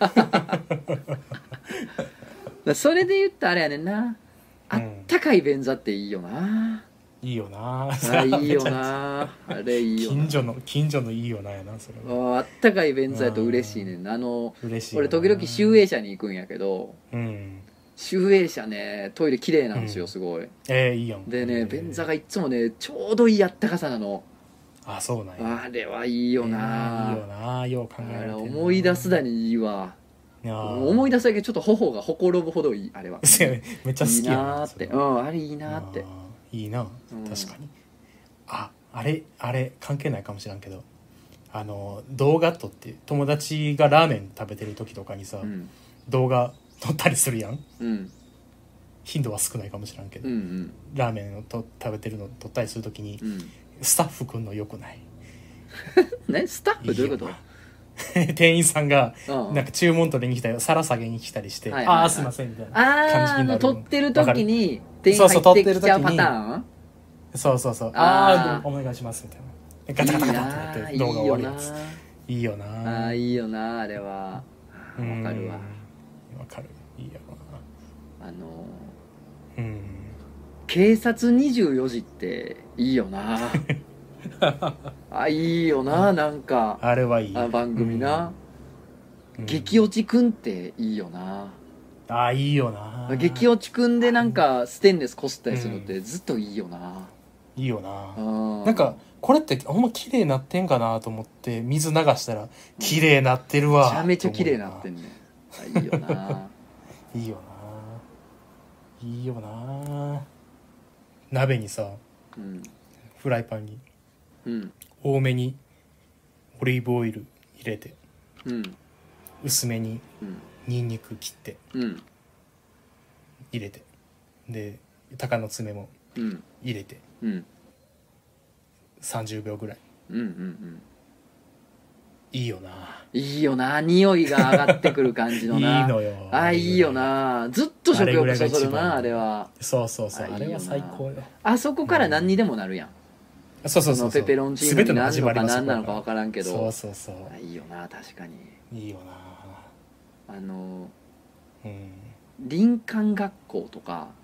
なそれで言ったらあれやねんな、あったかい便座っていいよな、 いいよなあいいよなあれいいよな、 近所の近所のいいよなやな、それは。 あったかい便座やと嬉しいねんな。あの嬉しい、 俺時々集英社に行くんやけど、 うん、 集英社ねトイレ綺麗なんですよ、すごい。 えー、いいやん。 でね、便座がいつもねちょうどいいあったかさなの。 あ、そうなんや。 あれはいいよな、 えー、いいよな、よう考えられてるな。 思い出すだにいいわ。思い出すだけちょっと頬がほころぶほどいい、あれはめっちゃ好きやなって。うん、あれいいなって。 いいな、確かに。あ、あれあれ関係ないかもしらんけど、あの動画撮って友達がラーメン食べてる時とかにさ、うん、動画撮ったりするやん、うん、頻度は少ないかもしらんけど、うんうん、ラーメンをと食べてるの撮ったりする時に、うん、スタッフくんのよくないね、スタッフどういうこと？ 店員さんがなんか注文取りに来たり皿下げに来たりして、はいはいはい、ああすいませんみたいな感じになる。 ああ、撮ってる時に店員入ってきちゃうパターン？ そうそうそう、ああお願いしますみたいな、ガタガタガタってなって動画終わりです。いいよな、 あいいよな、あれはわかるわ、わかる、いいよな。あのー、うん、 警察にじゅうよじっていいよなあいいよな、なんかあれはいい、 あ番組な、うん、激落ちくんっていいよな。 あいいよな、 激落ちくんでなんかステンレスこすったりするのってずっといいよな、 うん、いいよな。なんかこれってほんま綺麗なってんかなと思って水流したら綺麗なってるわ、 めちゃめちゃ綺麗なってんねん。いいよないいよないいよな。鍋にさ、うん、フライパンに、うん、多めにオリーブオイル入れて、うん、薄めにニンニク切って、うん、入れて、で鷹の爪も入れて、うん、さんじゅうびょうぐらい、うんうんうん、いいよな、 いいよな、匂いが上がってくる感じのないいのよ、 あいいよな、ずっと食欲そそるな、あれは。 そうそうそう、あれは最高よ。 あそこから何にでもなるやん、 うん、そうそうそうそう、 ペペロンチーノになるのか何なのか分からんけど、 そうそうそう、 あいいよな、確かにいいよな。 あの、 うん、 林間学校とか、 う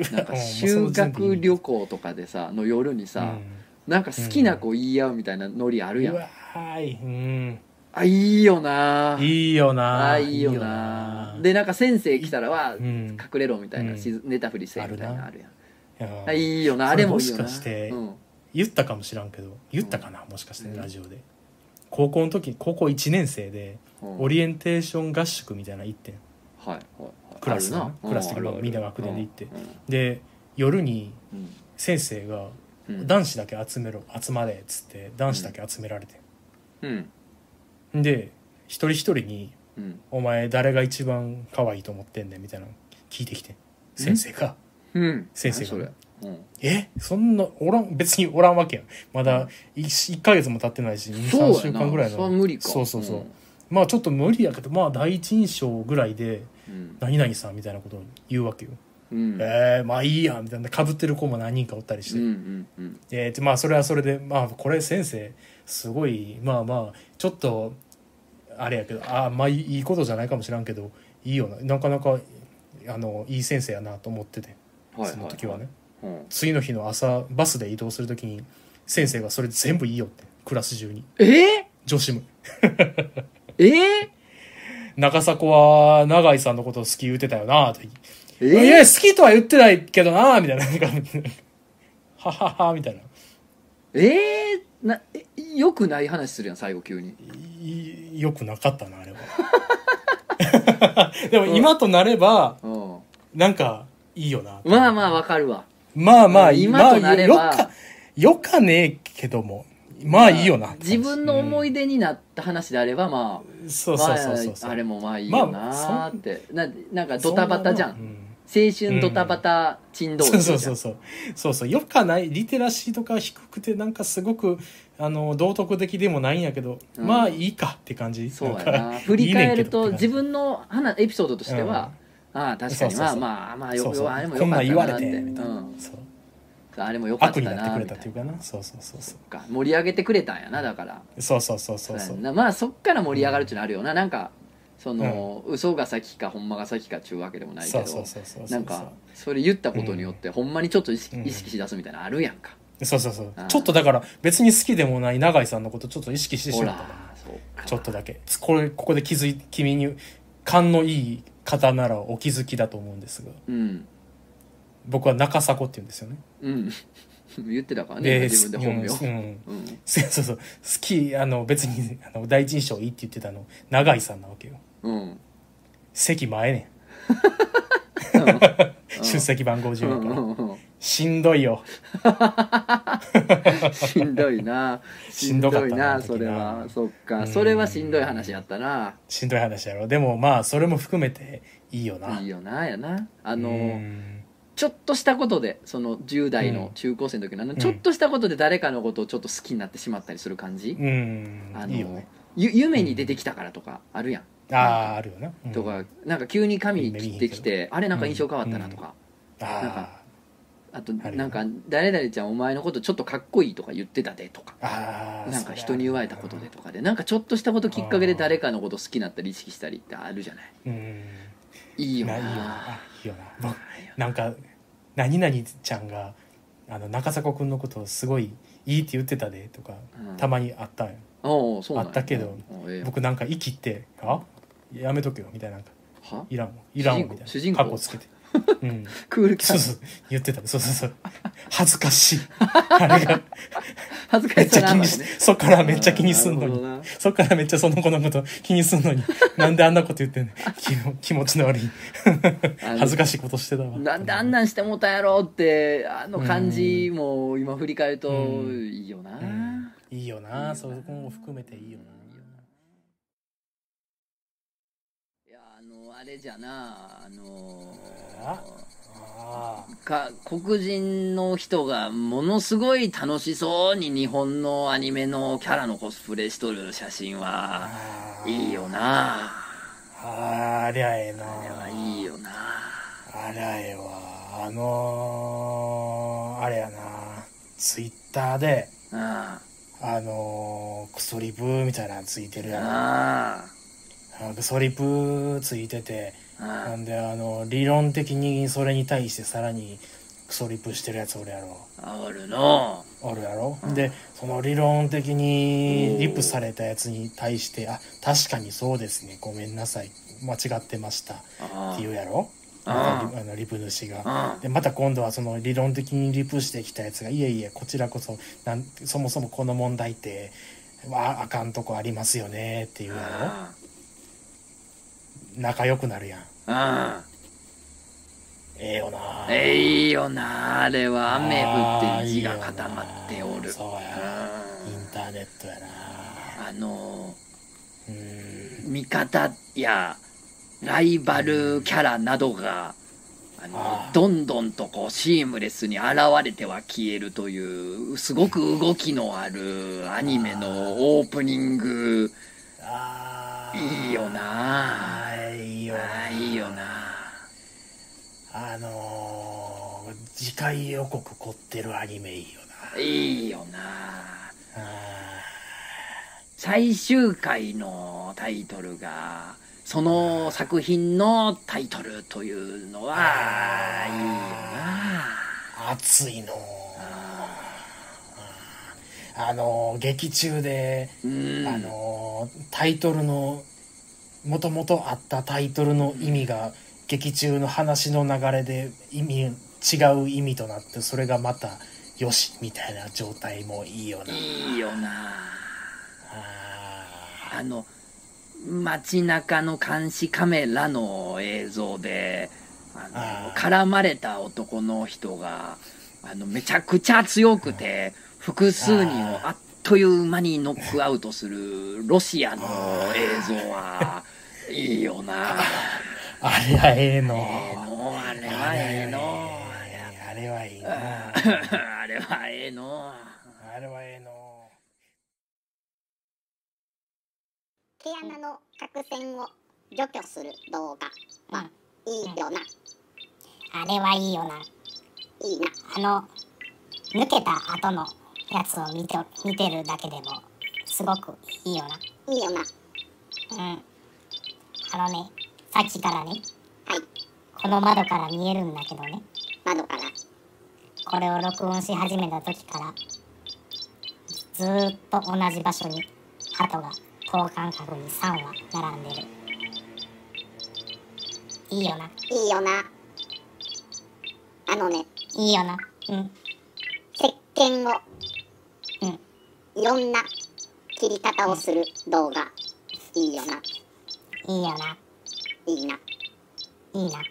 なんか修学旅行とかでさの夜にさ、うん、なんか好きな子言い合うみたいなノリあるやん、うん、うわーい、うん、あいいよないいよなあいいよなでなんか先生来たらは、うん、隠れろみたいな、うん、寝たふりせみたいなあるやん、あいいよなあれもいいよな。 もしかして、うん、言ったかもしらんけど言ったかな、うん、もしかして、ね、ラジオで高校の時高校いちねん生で、うん、オリエンテーション合宿みたいなの行ってん、はいはいはい、クラスのクラス的にみんな学年で行って、うん、で夜に先生が、うん、男子だけ集めろ集まれっつって男子だけ集められて、うんうん、で一人一人に、うん、お前誰が一番可愛いと思ってんねんみたいなの聞いてきて先生が、うん、先生が、うん、えそんなおらん別におらんわけやんまだ 1, いっかげつも経ってないし にさんしゅうかんぐらいのそう無理かそうそうそう、うん、まあちょっと無理やけどまあ第一印象ぐらいで、うん、何々さんみたいなことを言うわけよ、うん、えー、まあいいやみたいな被ってる子も何人かおったりして、うんうんうん、でまあそれはそれでまあこれ先生すごいまあまあちょっとあれやけどあまあいいことじゃないかもしらんけどいいよななかなかあのいい先生やなと思ってて、はいはいはい、その時はね、うん、次の日の朝バスで移動する時に先生がそれ全部いいよってクラス中にえー、 女子もえー、 中迫は永井さんのことを好き言ってたよなって、えー、いや好きとは言ってないけどなみたいなはははみたいなえー、なえよくない話するやん最後急によくなかったなあれはでも今となれば、うん、なんかいいよなまあまあわかるわまあまあ、うん、 今となれば、 まあ、よかよかねえけどもまあいいよな、まあ、 自分の思い出になった話であればまあ、 うん、そうそうそうそう、 まあ、あれもまあいいよなって、まあ、な, なんかドタバタじゃん、うん、青春ドタバタ珍道中じゃん、うん、 そうそうそうそうそうよかないリテラシーとか低くてなんかすごくあの道徳的でもないんやけど、うん、まあいいかって感じそうやな振り返ると自分のエピソードとしては、うん、ああ確かにまあまあまあよあれもよかったなってこんなん言われてみたいな、うん、そうあれもよかったな悪になってくれたっていうかなそうそうそうそうか盛り上げてくれたんやなだからそうそうそうそうそうまあそっから盛り上がるっていうのあるよな、うん、なんかその、うん、嘘が先かほんまが先かっちゅうわけでもないけどなんかそれ言ったことによって、うん、ほんまにちょっと意識、意識しだすみたいなのあるやんかそうそうそうちょっとだから別に好きでもない永井さんのことちょっと意識してしまったからちょっとだけこれここで気づい君に勘のいい方ならお気づきだと思うんですが、うん、僕は中迫って言うんですよね、 うん言ってたからね自分で本名、うんうんうん、そうそうそう好きあの別にあの第一印象いいって言ってたの永井さんなわけよ、うん、席前ねん、うん、出席番号順やから、うんうんうん、しんどいよしんどいなしんどかったなそれはそっかそれはしんどい話やったなしんどい話やろでもまあそれも含めていいよないいよなやなあのちょっとしたことでそのじゅう代の中高生の時の、うん、ちょっとしたことで誰かのことをちょっと好きになってしまったりする感じ、うん、あのいいよね、ゆ夢に出てきたからとかあるやん、 うん、あああるよな、 うん、とかなんか急に髪切ってきてあれなんか印象変わったなとか、うんうん、なんかあとなんか誰々ちゃんお前のことちょっとかっこいいとか言ってたでとかなんか人に言われたことでとかでなんかちょっとしたこときっかけで誰かのこと好きになったり意識したりってあるじゃない、うん、いいよないいよないいよななんか何々ちゃんがあの中迫くんのことをすごいいいって言ってたでとか、うん、たまにあったんよおそうなんやあったけど、ええ、僕なんか生きってあやめとけよみたいななんかいらんいらんみたいな主人公カッコつけてうん、クールキャラそうそう言ってたそうそうそう恥ずかしいあれが恥ずかしさなのねそっからめっちゃ気にすんのにそっからめっちゃその子のこと気にすんのになんであんなこと言ってんの気持ちの悪い恥ずかしいことしてたわなんであんなんしてもうたやろってあの感じも今振り返るといいよな、うんうん、 いいよなそこも含めていいよな。 いやあのあれじゃなあのか黒人の人がものすごい楽しそうに日本のアニメのキャラのコスプレしとる写真はいいよなありゃええなあれはいいよなありゃええわあのー、あれやなツイッターでああのー、クソリプみたいなのついてるやなクソリプついててなんであの理論的にそれに対してさらにクソリプしてるやつおるやろ。 あるなおるやろ、うん、でその理論的にリプされたやつに対してあ確かにそうですねごめんなさい間違ってましたって言うやろ、ああのリプ主が。でまた今度はその理論的にリプしてきたやつがいえいえこちらこそなんそもそもこの問題ってああかんとこありますよねっていうやろ。仲良くなるやん。 あええよなええよなあれは雨降って字が固まっておる。 そうやインターネットやな。 あのうん味方やライバルキャラなどがあのあどんどんとこうシームレスに現れては消えるというすごく動きのあるアニメのオープニングあいいよなあいいよないいよなあのー、次回予告凝ってるアニメいいよないいよな最終回のタイトルがその作品のタイトルというのはいいよな熱いのああの劇中であのタイトルのもともとあったタイトルの意味が劇中の話の流れで意味違う意味となってそれがまたよしみたいな状態もいいよな。 いいよなああの街中の監視カメラの映像であの絡まれた男の人があのめちゃくちゃ強くて複数人をあっという間にノックアウトするロシアの映像はいいよなあれはええの。 ええのあれはええのあれはいいのあれはええのあれはええの毛穴の角栓を除去する動画はいいよな、うん、 あれはいいよな。 いいな。 あの抜けた後のやつを見て、見てるだけでもすごくいいよな。 いいよな。 うんあのねさっきからね、 はい、 この窓から見えるんだけどね。 窓からこれを録音し始めた時からずーっと同じ場所に鳩が等間隔にさんわ並んでる。いいよな。 いいよな。あのねいいよな。うん石鹸をうんいろんな切り方をする動画、うん、いいよな。 いいよな。 いいな。 いいな。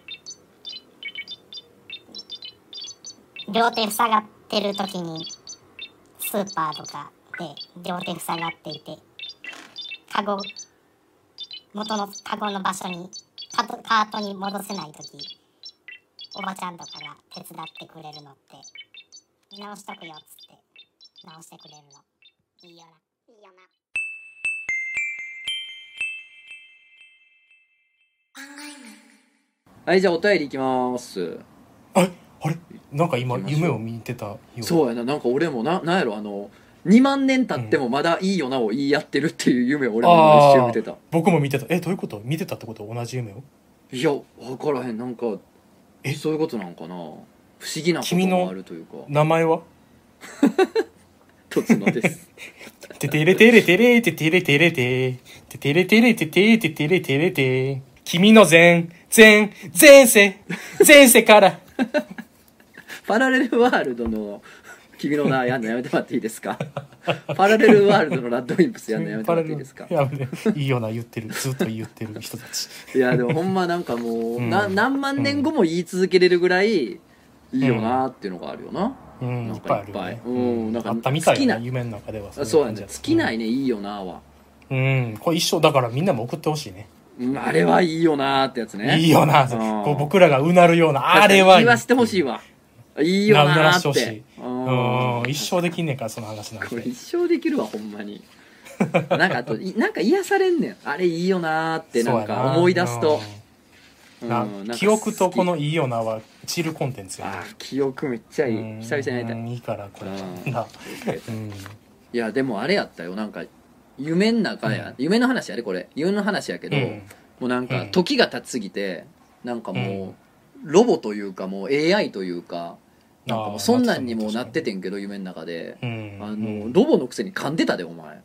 両手塞がってる時にスーパーとかで両手塞がっていてカゴ元のカゴの場所にカート、カートに戻せない時おばちゃんとかが手伝ってくれるのって直しとくよっつって直してくれるのいいよな。 いいよな。 はいじゃあお便りいきます。 ああれなんか今夢を見てたよう。 そうやななんか俺もななんやろあのにまんねん経ってもまだいいよなを言い合ってるっていう夢を俺も一瞬見てた。 僕も見てた。えどういうこと？見てたってこと？同じ夢を？ いや分からへんなんかえそういうことなんかな不思議なこともあるというか。 名前は？ とつのです。 ててれてれてれててれてれてててれてれててててれてれて君の前前前世前世からパラレルワールドの君の名やんのやめてもらっていいですか。パラレルワールドのラッドウィンプスやんのやめてもらっていいですか。 やめていいよな言ってるずっと言ってる人たち。 いやでもほんまなんかもう、うん、な何万年後も言い続けれるぐらいいいよなっていうのがあるよな。 うん、なんかいっぱいあるよね。 うん、なんかあったみたいな夢の中ではそうやね。尽きないね、いいよなは。 うん、これ一生だからみんなも送ってほしいね。 うん、あれはいいよなってやつね。 いいよな、こう僕らがうなるようなあれはいい。 言わせてほしいわ。いいよなって。 うん、一生できんねんからその話なんて。 これ一生できるわほんまに。なんかあとなんか癒されんねん。あれいいよなってなんか思い出すと。 な記憶とこのいいよなはチルコンテンツよね。 あ記憶めっちゃいい。久々にやりたい。 いいからこれ。うん、 いやでもあれやったよなんか夢の中や、うん、夢の話やでこれ夢の話やけど、うん、 もうなんか時が経ちすぎてなんかもうロボというかもう エーアイ というかなんかもうそんなんにもなっててんけど夢の中で、うん、あのロボのくせに噛んでたでお前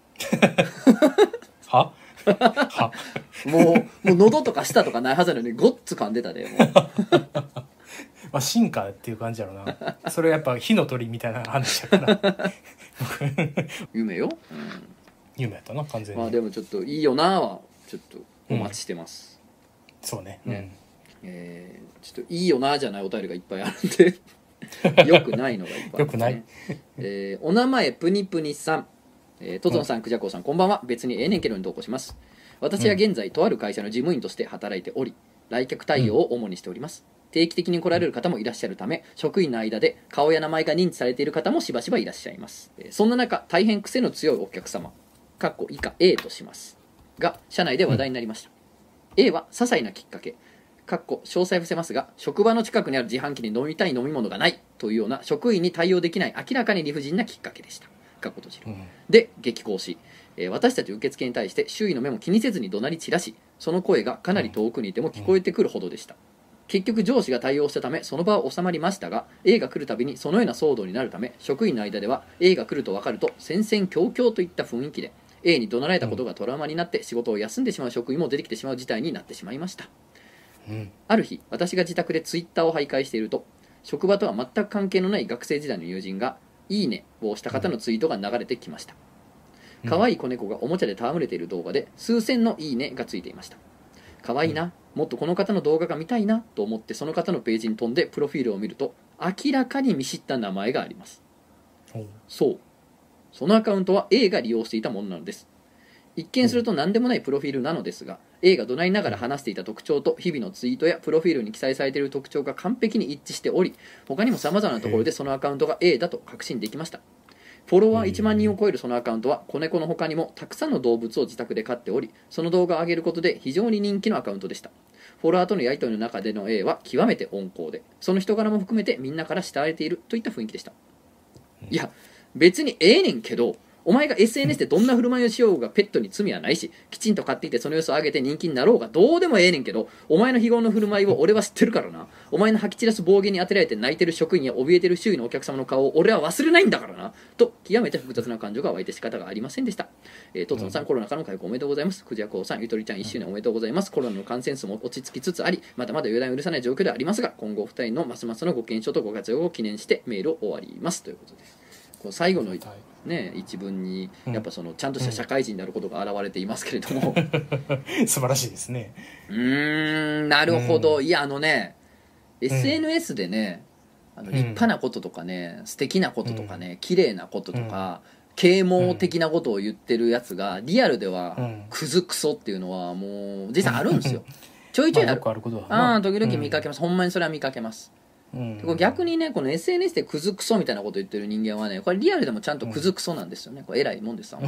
ははもうもう喉とか舌とかないはずなのにごっつ噛んでたでもうまあ進化っていう感じやろなそれやっぱ火の鳥みたいな話やから夢よ、うん、 夢やったな完全に。 まあでもちょっといいよなはちょっとお待ちしてます、 うん、そうねね、うん、えー、ちょっといいよなじゃないお便りがいっぱいあるんでよくないのがいっぱいある、ね、 よくない、 えー、お名前プニプニさん、えー、トトンさん、クジャコウさんこんばんは。別にええねんけどに投稿します。私は現在、うん、とある会社の事務員として働いており来客対応を主にしております、うん、定期的に来られる方もいらっしゃるため職員の間で顔や名前が認知されている方もしばしばいらっしゃいます。えー、そんな中大変癖の強いお客様かっこ以下 A としますが社内で話題になりました、うん、A は些細なきっかけかっこ詳細伏せますが職場の近くにある自販機に飲みたい飲み物がないというような職員に対応できない明らかに理不尽なきっかけでしたかっこ閉じる、うん、で激高し、えー、私たち受付に対して周囲の目も気にせずに怒鳴り散らしその声がかなり遠くにいても聞こえてくるほどでした、うん、結局上司が対応したためその場は収まりましたが A が来るたびにそのような騒動になるため職員の間では A が来ると分かると戦々恐々といった雰囲気で A に怒鳴られたことがトラウマになって仕事を休んでしまう職員も出てきてしまう事態になってしまいました、うん、ある日私が自宅でツイッターを徘徊していると職場とは全く関係のない学生時代の友人がいいねをした方のツイートが流れてきました、うん、可愛い子猫がおもちゃで戯れている動画で数千のいいねがついていました。可愛いな、うん、もっとこの方の動画が見たいなと思ってその方のページに飛んでプロフィールを見ると明らかに見知った名前があります、うん、そうそのアカウントは A が利用していたものなのです。一見すると何でもないプロフィールなのですが A が怒鳴りながら話していた特徴と日々のツイートやプロフィールに記載されている特徴が完璧に一致しており他にも様々なところでそのアカウントが A だと確信できました。フォロワーいちまんにんを超えるそのアカウントは子猫の他にもたくさんの動物を自宅で飼っておりその動画を上げることで非常に人気のアカウントでした。フォロワーとのやり取りの中での A は極めて温厚でその人柄も含めてみんなから慕われているといった雰囲気でした。いや別にええねんけどお前が エスエヌエス でどんな振る舞いをしようがペットに罪はないしきちんと飼っていてその様子を上げて人気になろうがどうでもええねんけどお前の日頃の振る舞いを俺は知ってるからな。お前の吐き散らす暴言に当てられて泣いてる職員や怯えてる周囲のお客様の顔を俺は忘れないんだからなと極めて複雑な感情が湧いて仕方がありませんでした。えー、トツノさんコロナからの回復おめでとうございます。クジャコウさんゆとりちゃんいっしゅうねんおめでとうございます。コロナの感染数も落ち着きつつありまだまだ予断を許さない状況ではありますが今後お二人のますますのご健勝とご活躍を記念してメールを終わりますということでこう最後のね、一文にやっぱそのちゃんとした社会人であることが現れていますけれども、 うん、素晴らしいですね。 うーんなるほど、うん、いやあのね エスエヌエス でね、うん、あの立派なこととかね、うん、素敵なこととかね、うん、綺麗なこととか、うん、啓蒙的なことを言ってるやつがリアルではクズクソっていうのはもう実際あるんですよ、うん、ちょいちょいある、まあ、よくあることだな。あ時々見かけます、うん、ほんまにそれは見かけます。うん、逆にねこの エスエヌエス でクズクソみたいなこと言ってる人間はねこれリアルでもちゃんとクズクソなんですよね、うん、これ偉いもんですよ、うん、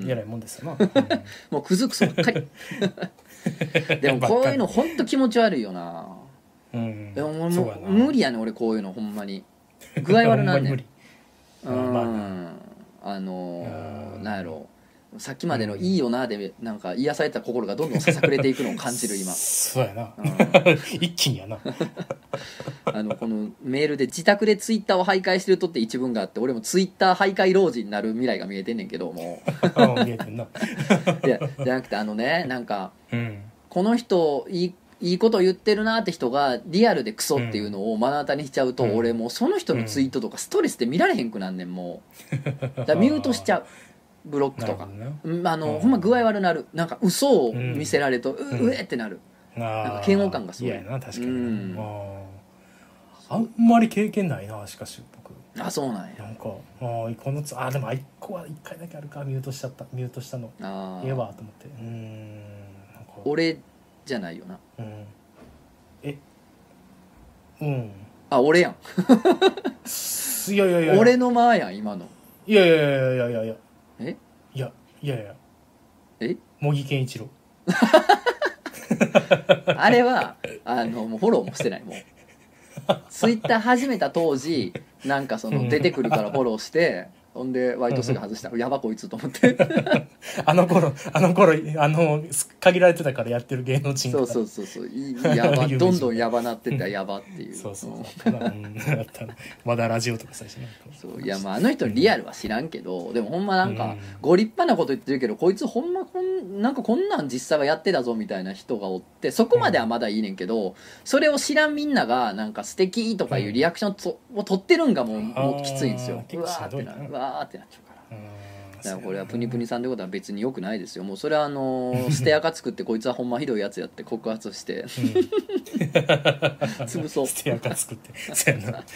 偉いもんですよな、 うん、もうクズクソばっかりでもこういうのほんと気持ち悪いよな、うん、でももうもう無理やね俺こういうのほんまに具合悪なんねんうん、まあ、あのー、なんやろさっきまでのいいよなでなんか癒された心がどんどんささくれていくのを感じる今そうやな、うん、一気にやなあのこのメールで自宅でツイッターを徘徊してるとって一文があって俺もツイッター徘徊老人になる未来が見えてんねんけども見えてんないやじゃなくてあのねなんか、うん、この人いいいいこと言ってるなって人がリアルでクソっていうのを目の当たりにしちゃうと、うん、俺もうその人のツイートとかストレスで見られへんくなんねんもうだからミュートしちゃうブロックとか、ね、あの、うん、ほんま具合悪なるなんか嘘を見せられると、うん、う, うえってなる、うん、なんか嫌悪感がすごい。いやな確かに、うん、 あんまり経験ないなしかし僕あそうなんやなんかあこのつあでもいっこはいっかいだけあるかミュートしちゃったミュートしたのあええわと思ってうーんなんか俺じゃないよな、うん、 えうんあ俺やんいやいやいや俺の間やん今のいやいやいやいやいやいやえいやいやいやえ茂木健一郎あれはあのもうフォローもしてないもうツイッター始めた当時なんかその出てくるからフォローしてほんで割とすぐ外した、うん、やばこいつと思ってあの頃あの頃あの限られてたからやってる芸能人そうそうそうそうやばどんどんやばなってったらやばっていうそうそうそう、うん、まだラジオとか最初ねそういやまああの人リアルは知らんけど、うん、でもほんまなんかご立派なこと言ってるけど、こいつほんまこんなんかこんなん実際はやってたぞみたいな人がおって、そこまではまだいいねんけど、うん、それを知らんみんながなんか素敵とかいうリアクションと、うん、を取ってるんがもう、もうきついんですよ。うわーってなうわーってなっちゃうから。だからこれはプニプニさんってことは別に良くないですよ。もうそれはあのー、ステアカ作ってこいつはほんまひどいやつやって告発して、うん、潰そう。 ステアカ作ってそうやな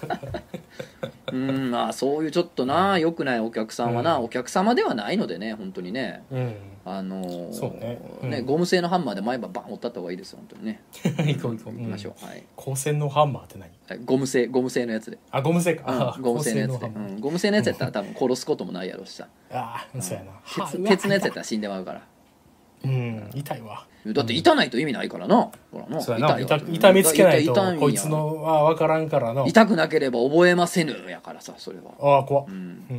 うんまあそういうちょっとな良くないお客さんはな、うん、お客様ではないのでね本当にね、うん、あのー、そうね、うん、ねゴム製のハンマーで毎晩バン折ったった方がいいですよ本当にね行こう行こう行きましょう、うん、はい、光線のハンマーって何？ ゴム製ゴム製のやつであゴム製か、 うん、ゴム製のやつで、うん、ゴム製のやつやったら多分殺すこともないやろうしさああそうやな鉄, 鉄のやつやったら死んでまうからうん痛いわだって痛ないと意味ないからな、ほらなそうやな 痛, 痛みつけないとこいつのは分からんからな痛くなければ覚えませぬやからさそれはああ怖っ、うん、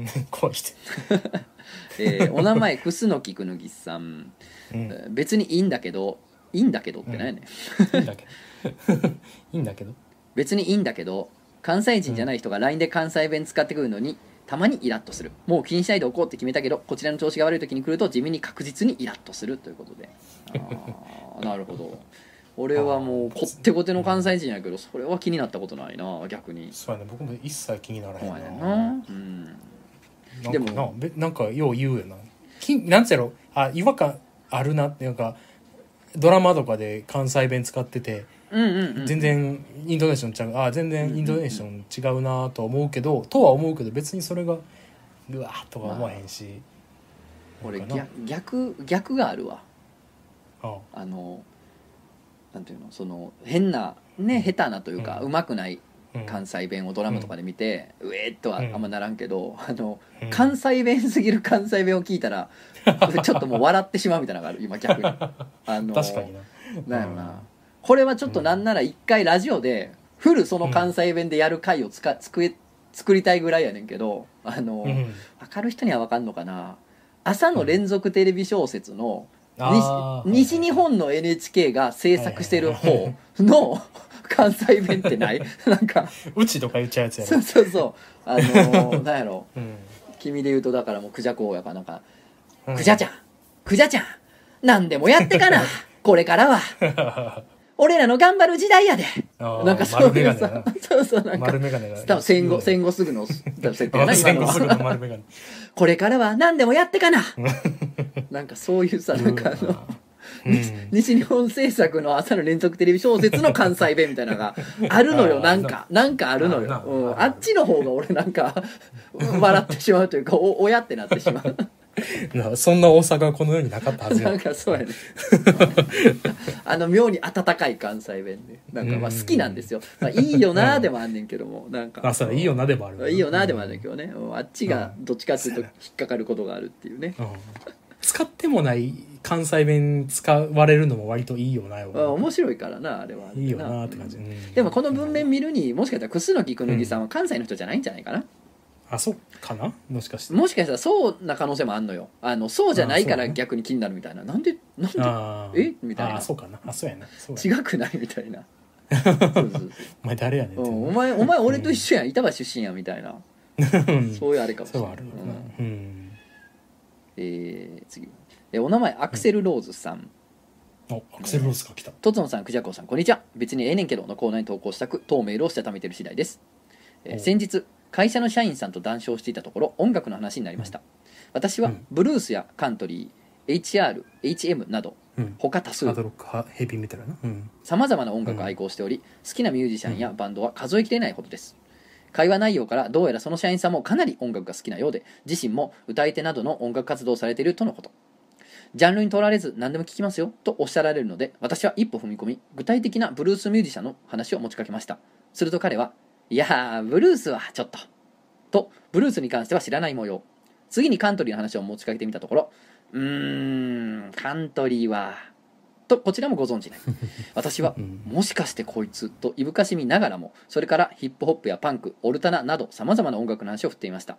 怖いしてえー、お名前くすのきくぬぎさん、うん、別にいいんだけどいいんだけどって何やねん、うん、いいんだけどいいんだけど別にいいんだけど関西人じゃない人が ライン で関西弁使ってくるのにたまにイラッとする。もう気にしないでおこうって決めたけどこちらの調子が悪い時に来ると地味に確実にイラッとするということであなるほど俺はもうこってこての関西人やけどそれは気になったことないな逆に。 そうやね僕も一切気にならへんな、 な、うん、 でもななんかよう言うよなきなんつやろあ違和感あるなっていうかドラマとかで関西弁使っててうんうんうん、 全然インドネーションちゃうあ全然インドネーション違うなとは思うけど、とは思うけど別にそれがうわーとか思わへんし、 まあ、俺逆逆があるわ。 ああのなんていうのその変なね下手なというか、うん、上手くない関西弁をドラマとかで見て、うん、うえーっとはあんまならんけど、うん、あの、うん、関西弁すぎる関西弁を聞いたらちょっともう笑ってしまうみたいなのがある今逆にあの確かにななんやろな、うんこれはちょっとなんなら一回ラジオでフルその関西弁でやる回をつか作り、作りたいぐらいやねんけどあの、うん、分かる人には分かんのかな朝の連続テレビ小説の、うん、西, 西日本の エヌエイチケー が制作してる方の関西弁ってないなんかうちとか言っちゃうやつやろそうそうそうあのなんやろ、うん、君で言うとだからもうクジャコやかなんか、うん、クジャちゃんクジャちゃん何でもやってかなこれからは俺らの頑張る時代やでなんかそういうさそうそうなんか丸メガネが多分戦後戦後すぐの設定やな戦後すぐの丸メガネこれからは何でもやってかななんかそういうさなんかあの、うん、西日本制作の朝の連続テレビ小説の関西弁みたいなのがあるのよなんかなんかあるのよ あ, うん、あっちの方が俺なんか笑ってしまうというか お, おやってなってしまうそんな大阪はこの世になかったはずやなんかそうやねあの妙に温かい関西弁でなんかまあ好きなんですよ、まあ、いいよなでもあんねんけどもなんかあそういいよなでもあるいいよなでもあるんだけどね、うん、あっちがどっちかっていうと引っかかることがあるっていうね、うん、 使ってもない関西弁使われるのも割といいよなよ、 あ面白いからなあれはいいよなって感じ、うん、 でもこの文面見るにもしかしたら楠木くぬぎさんは関西の人じゃないんじゃないかな、 あそうかなもしかしてもしかしたらそうな可能性もあんのよあのそうじゃないから逆に気になるみたいななんでなんでえみたいなあそうかなあそうやなそうやな違くないみたいなそうそうそうお前誰やねん、 うん、お前お前俺と一緒やん板橋出身やみたいなそういうあれかもしれない、うんうん、えー、次えお名前アクセルローズさん、 うん、おアクセルローズが来たとつのさんくじゃこさんこんにちは別にええねんけどのコーナーに投稿したく当メールをしたためてる次第です、えー、先日会社の社員さんと談笑していたところ音楽の話になりました、うん、私はブルースやカントリー エイチアール、エイチエム など、うん、他多数さまざまな音楽を愛好しており、うん、好きなミュージシャンやバンドは数えきれないほどです。会話内容からどうやらその社員さんもかなり音楽が好きなようで自身も歌い手などの音楽活動をされているとのこと。ジャンルにとらわれず何でも聞きますよとおっしゃられるので私は一歩踏み込み具体的なブルースミュージシャンの話を持ちかけました。すると彼はいやーブルースはちょっととブルースに関しては知らない模様。次にカントリーの話を持ちかけてみたところうーんカントリーはとこちらもご存じない。私はもしかしてこいつといぶかしみながらもそれからヒップホップやパンクオルタナなどさまざまな音楽の話を振っていました。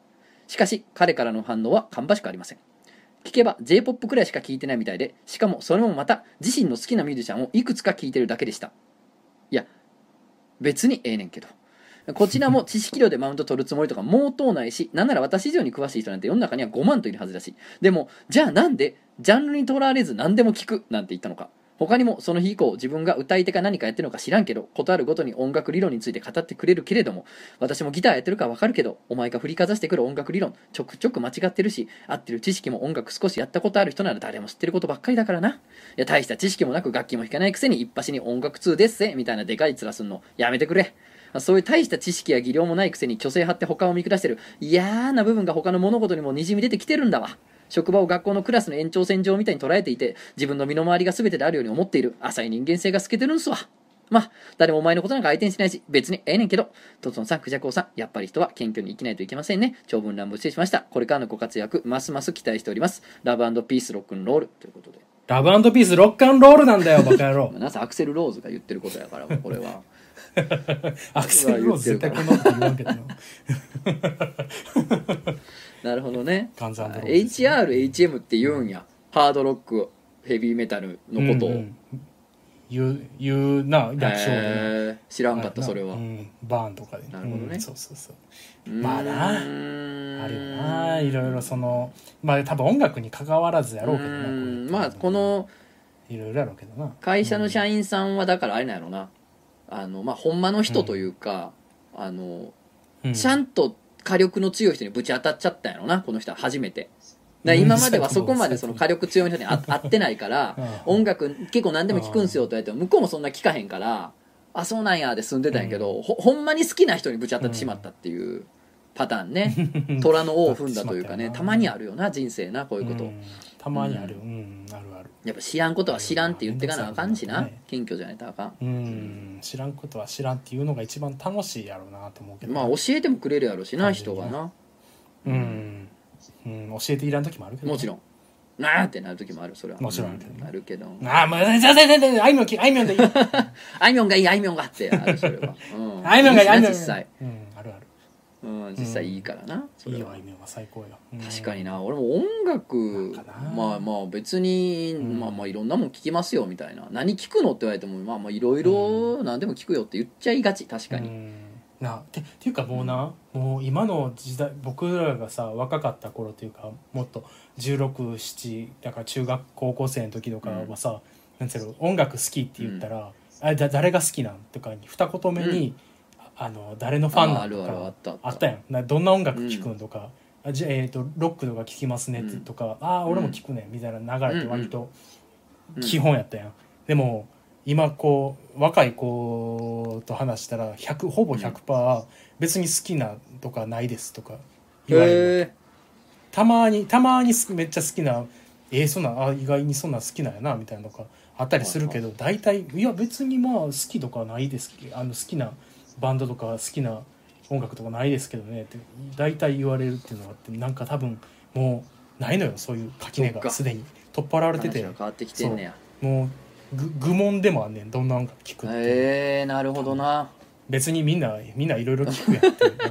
しかし彼からの反応は芳しくありません。聞けば J-ポップ くらいしか聞いてないみたいで、しかもそれもまた自身の好きなミュージシャンをいくつか聞いてるだけでした。いや別にええねんけど、こちらも知識量でマウント取るつもりとか毛頭ないし、なんなら私以上に詳しい人なんて世の中にはごまんといるはずだし、でもじゃあなんでジャンルにとらわれず何でも聞くなんて言ったのか。他にもその日以降自分が歌い手か何かやってるのか知らんけど、ことあるごとに音楽理論について語ってくれるけれども、私もギターやってるかわかるけど、お前が振りかざしてくる音楽理論ちょくちょく間違ってるし、合ってる知識も音楽少しやったことある人なら誰も知ってることばっかりだからな。いや大した知識もなく楽器も弾けないくせに一発に音楽通ですぜみたいなでかい面すんのやめてくれ。そういう大した知識や技量もないくせに虚勢張って他を見下してる嫌な部分が他の物事にもにじみ出てきてるんだわ。職場を学校のクラスの延長線上みたいに捉えていて、自分の身の回りが全てであるように思っている浅い人間性が透けてるんすわ。まあ誰もお前のことなんか相手にしないし別にええねんけど、とつのさん、クジャコウさん、やっぱり人は謙虚に生きないといけませんね。長文乱文失礼しました。これからのご活躍ますます期待しております。ラブ&ピースロックンロールということで。 ラブ&ピースロックンロールなんだよバカ野郎なぜアクセルローズが言ってることやからこれはアクセルローズ絶対こんなこと言わんけどななるほどね。 ガンズ&ローズエイチアールエイチエム って言うんや、ハードロックヘビーメタルのことを、うんうん、 言う言うな略称で知らんかったそれは、 うん、バーンとかで。 なるほどね、 うん、そうそうそう。まあなあるよないろいろそのまあ多分音楽に関わらずやろうけどな。 うんまあこのいろいろやろうけどな。 会社の社員さんはだからあれなんやろな、あのまあほんまの人というか、うん、あの、うん、ちゃんと火力の強い人にぶち当たっちゃったんやろなこの人は初めて。だ今まではそこまでその火力強い人にあ会ってないから音楽結構何でも聴くんすよと言われても向こうもそんな聴かへんから、あそうなんやで済んでたんやけど、うん、ほ, ほんまに好きな人にぶち当たってしまったっていうパターンね、うん、虎の尾を踏んだというかねたまにあるよな人生なこういうこと、うん、 たまにあるよ、うん、あるある。 やっぱ知らんことは知らんって言ってかなあかんしな、ね、謙虚じゃないとあかん。 うん知らんことは知らんっていうのが一番楽しいやろうなと思うけど、 まあ教えてもくれるやろうしな人がな、 うん、うん、教えていらん時もあるけど、ね、 もちろんなーってなる時もある。それはもちろん、うん、 なるけど、 ああもうじゃじゃじゃあいみょんあいみょんでいいあいみょんがいいあいみょんがってあるそれは、うん、 あいみょんがいいあいみょん実際、 うん、あるある、 うん、実際いいからな、うん、 それはいいよあいみょんは最高よ、 うん、確かにな。俺も音楽まあまあ別に、うん、まあまあいろんなもん聞きますよみたいな、何聞くのって言われてもまあまあいろいろ何でも聞くよって言っちゃいがち確かに、うんなてっていうかもうな、うん、もう今の時代僕らがさ若かった頃というかもっとじゅうろく、ななだから中学高校生の時とかはさ、うん、なんつうの音楽好きって言ったら、うん、あれだ誰が好きなんとか二言目に、うん、あの誰のファンなんとかあったやんな。どんな音楽聴くんとか、うん、あじゃあ、えーと、ロックとか聴きますねとか、うん、ああ俺も聴くねみたいな流れって割と基本やったやん、うん、でも今こう若い子と話したらひゃくほぼ ひゃくパーセント 別に好きなとかないですとか言われる。たまにたまにめっちゃ好きなえー、そんなあ意外にそんな好きなんやなみたいなのがあったりするけど、大体いや別にまあ好きとかないですけど、あの好きなバンドとか好きな音楽とかないですけどねって大体言われるっていうのがあって、なんか多分もうないのよそういう垣根がすでに取っ払われてて、 変わってきてんねや。 もう愚問でもあんねんどんな音楽聴くって。 へえー、なるほどな。 別にみんなみんないろいろ聴くやんってなんか、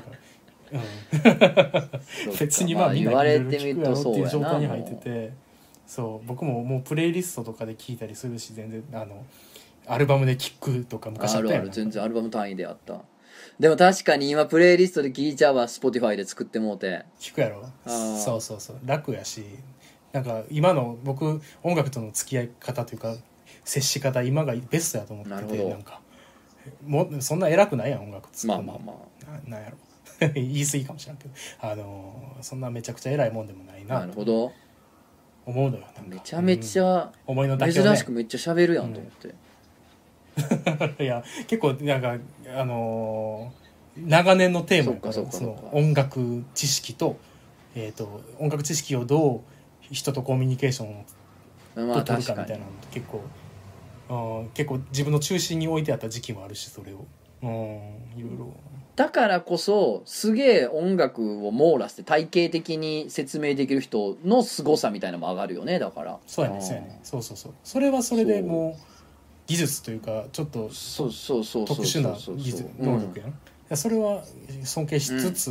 うん、別にまあみんないろいろ聴くやろっていう状態に入ってて、そう僕ももうプレイリストとかで聴いたりするし、全然あのアルバムで聴くとか昔あったやん。 あるある、全然アルバム単位であった。でも確かに今プレイリストで聴いちゃうわ、 Spotify で作ってもうて聴くやろ。そうそうそう楽やし、なんか今の僕音楽との付き合い方というか接し方今がベストやと思ってて、な, なんかもうそんな偉くないやん音楽作るの。まあまあまあ な, なんやろ言い過ぎかもしれんけど、あのそんなめちゃくちゃ偉いもんでもないな。 なるほど思うのよ。なんかめちゃめちゃ、うん、 思いの丈、ね、 珍しくめっちゃ喋るやんと思って、 うん、いや結構なんかあのー、長年のテーマやから、その音楽知識と、えーと、音楽知識をどう人とコミュニケーションをと取るかみたいなのって結構、あ結構自分の中心に置いてあった時期もあるし、それをうんいろいろだからこそすげえ音楽を網羅して体系的に説明できる人の凄さみたいなのも上がるよね。だからそうやねそうやねそうそうそうそれはそれでもう技術というかちょっと特殊な技術能力やん。それは尊敬しつつ、うん、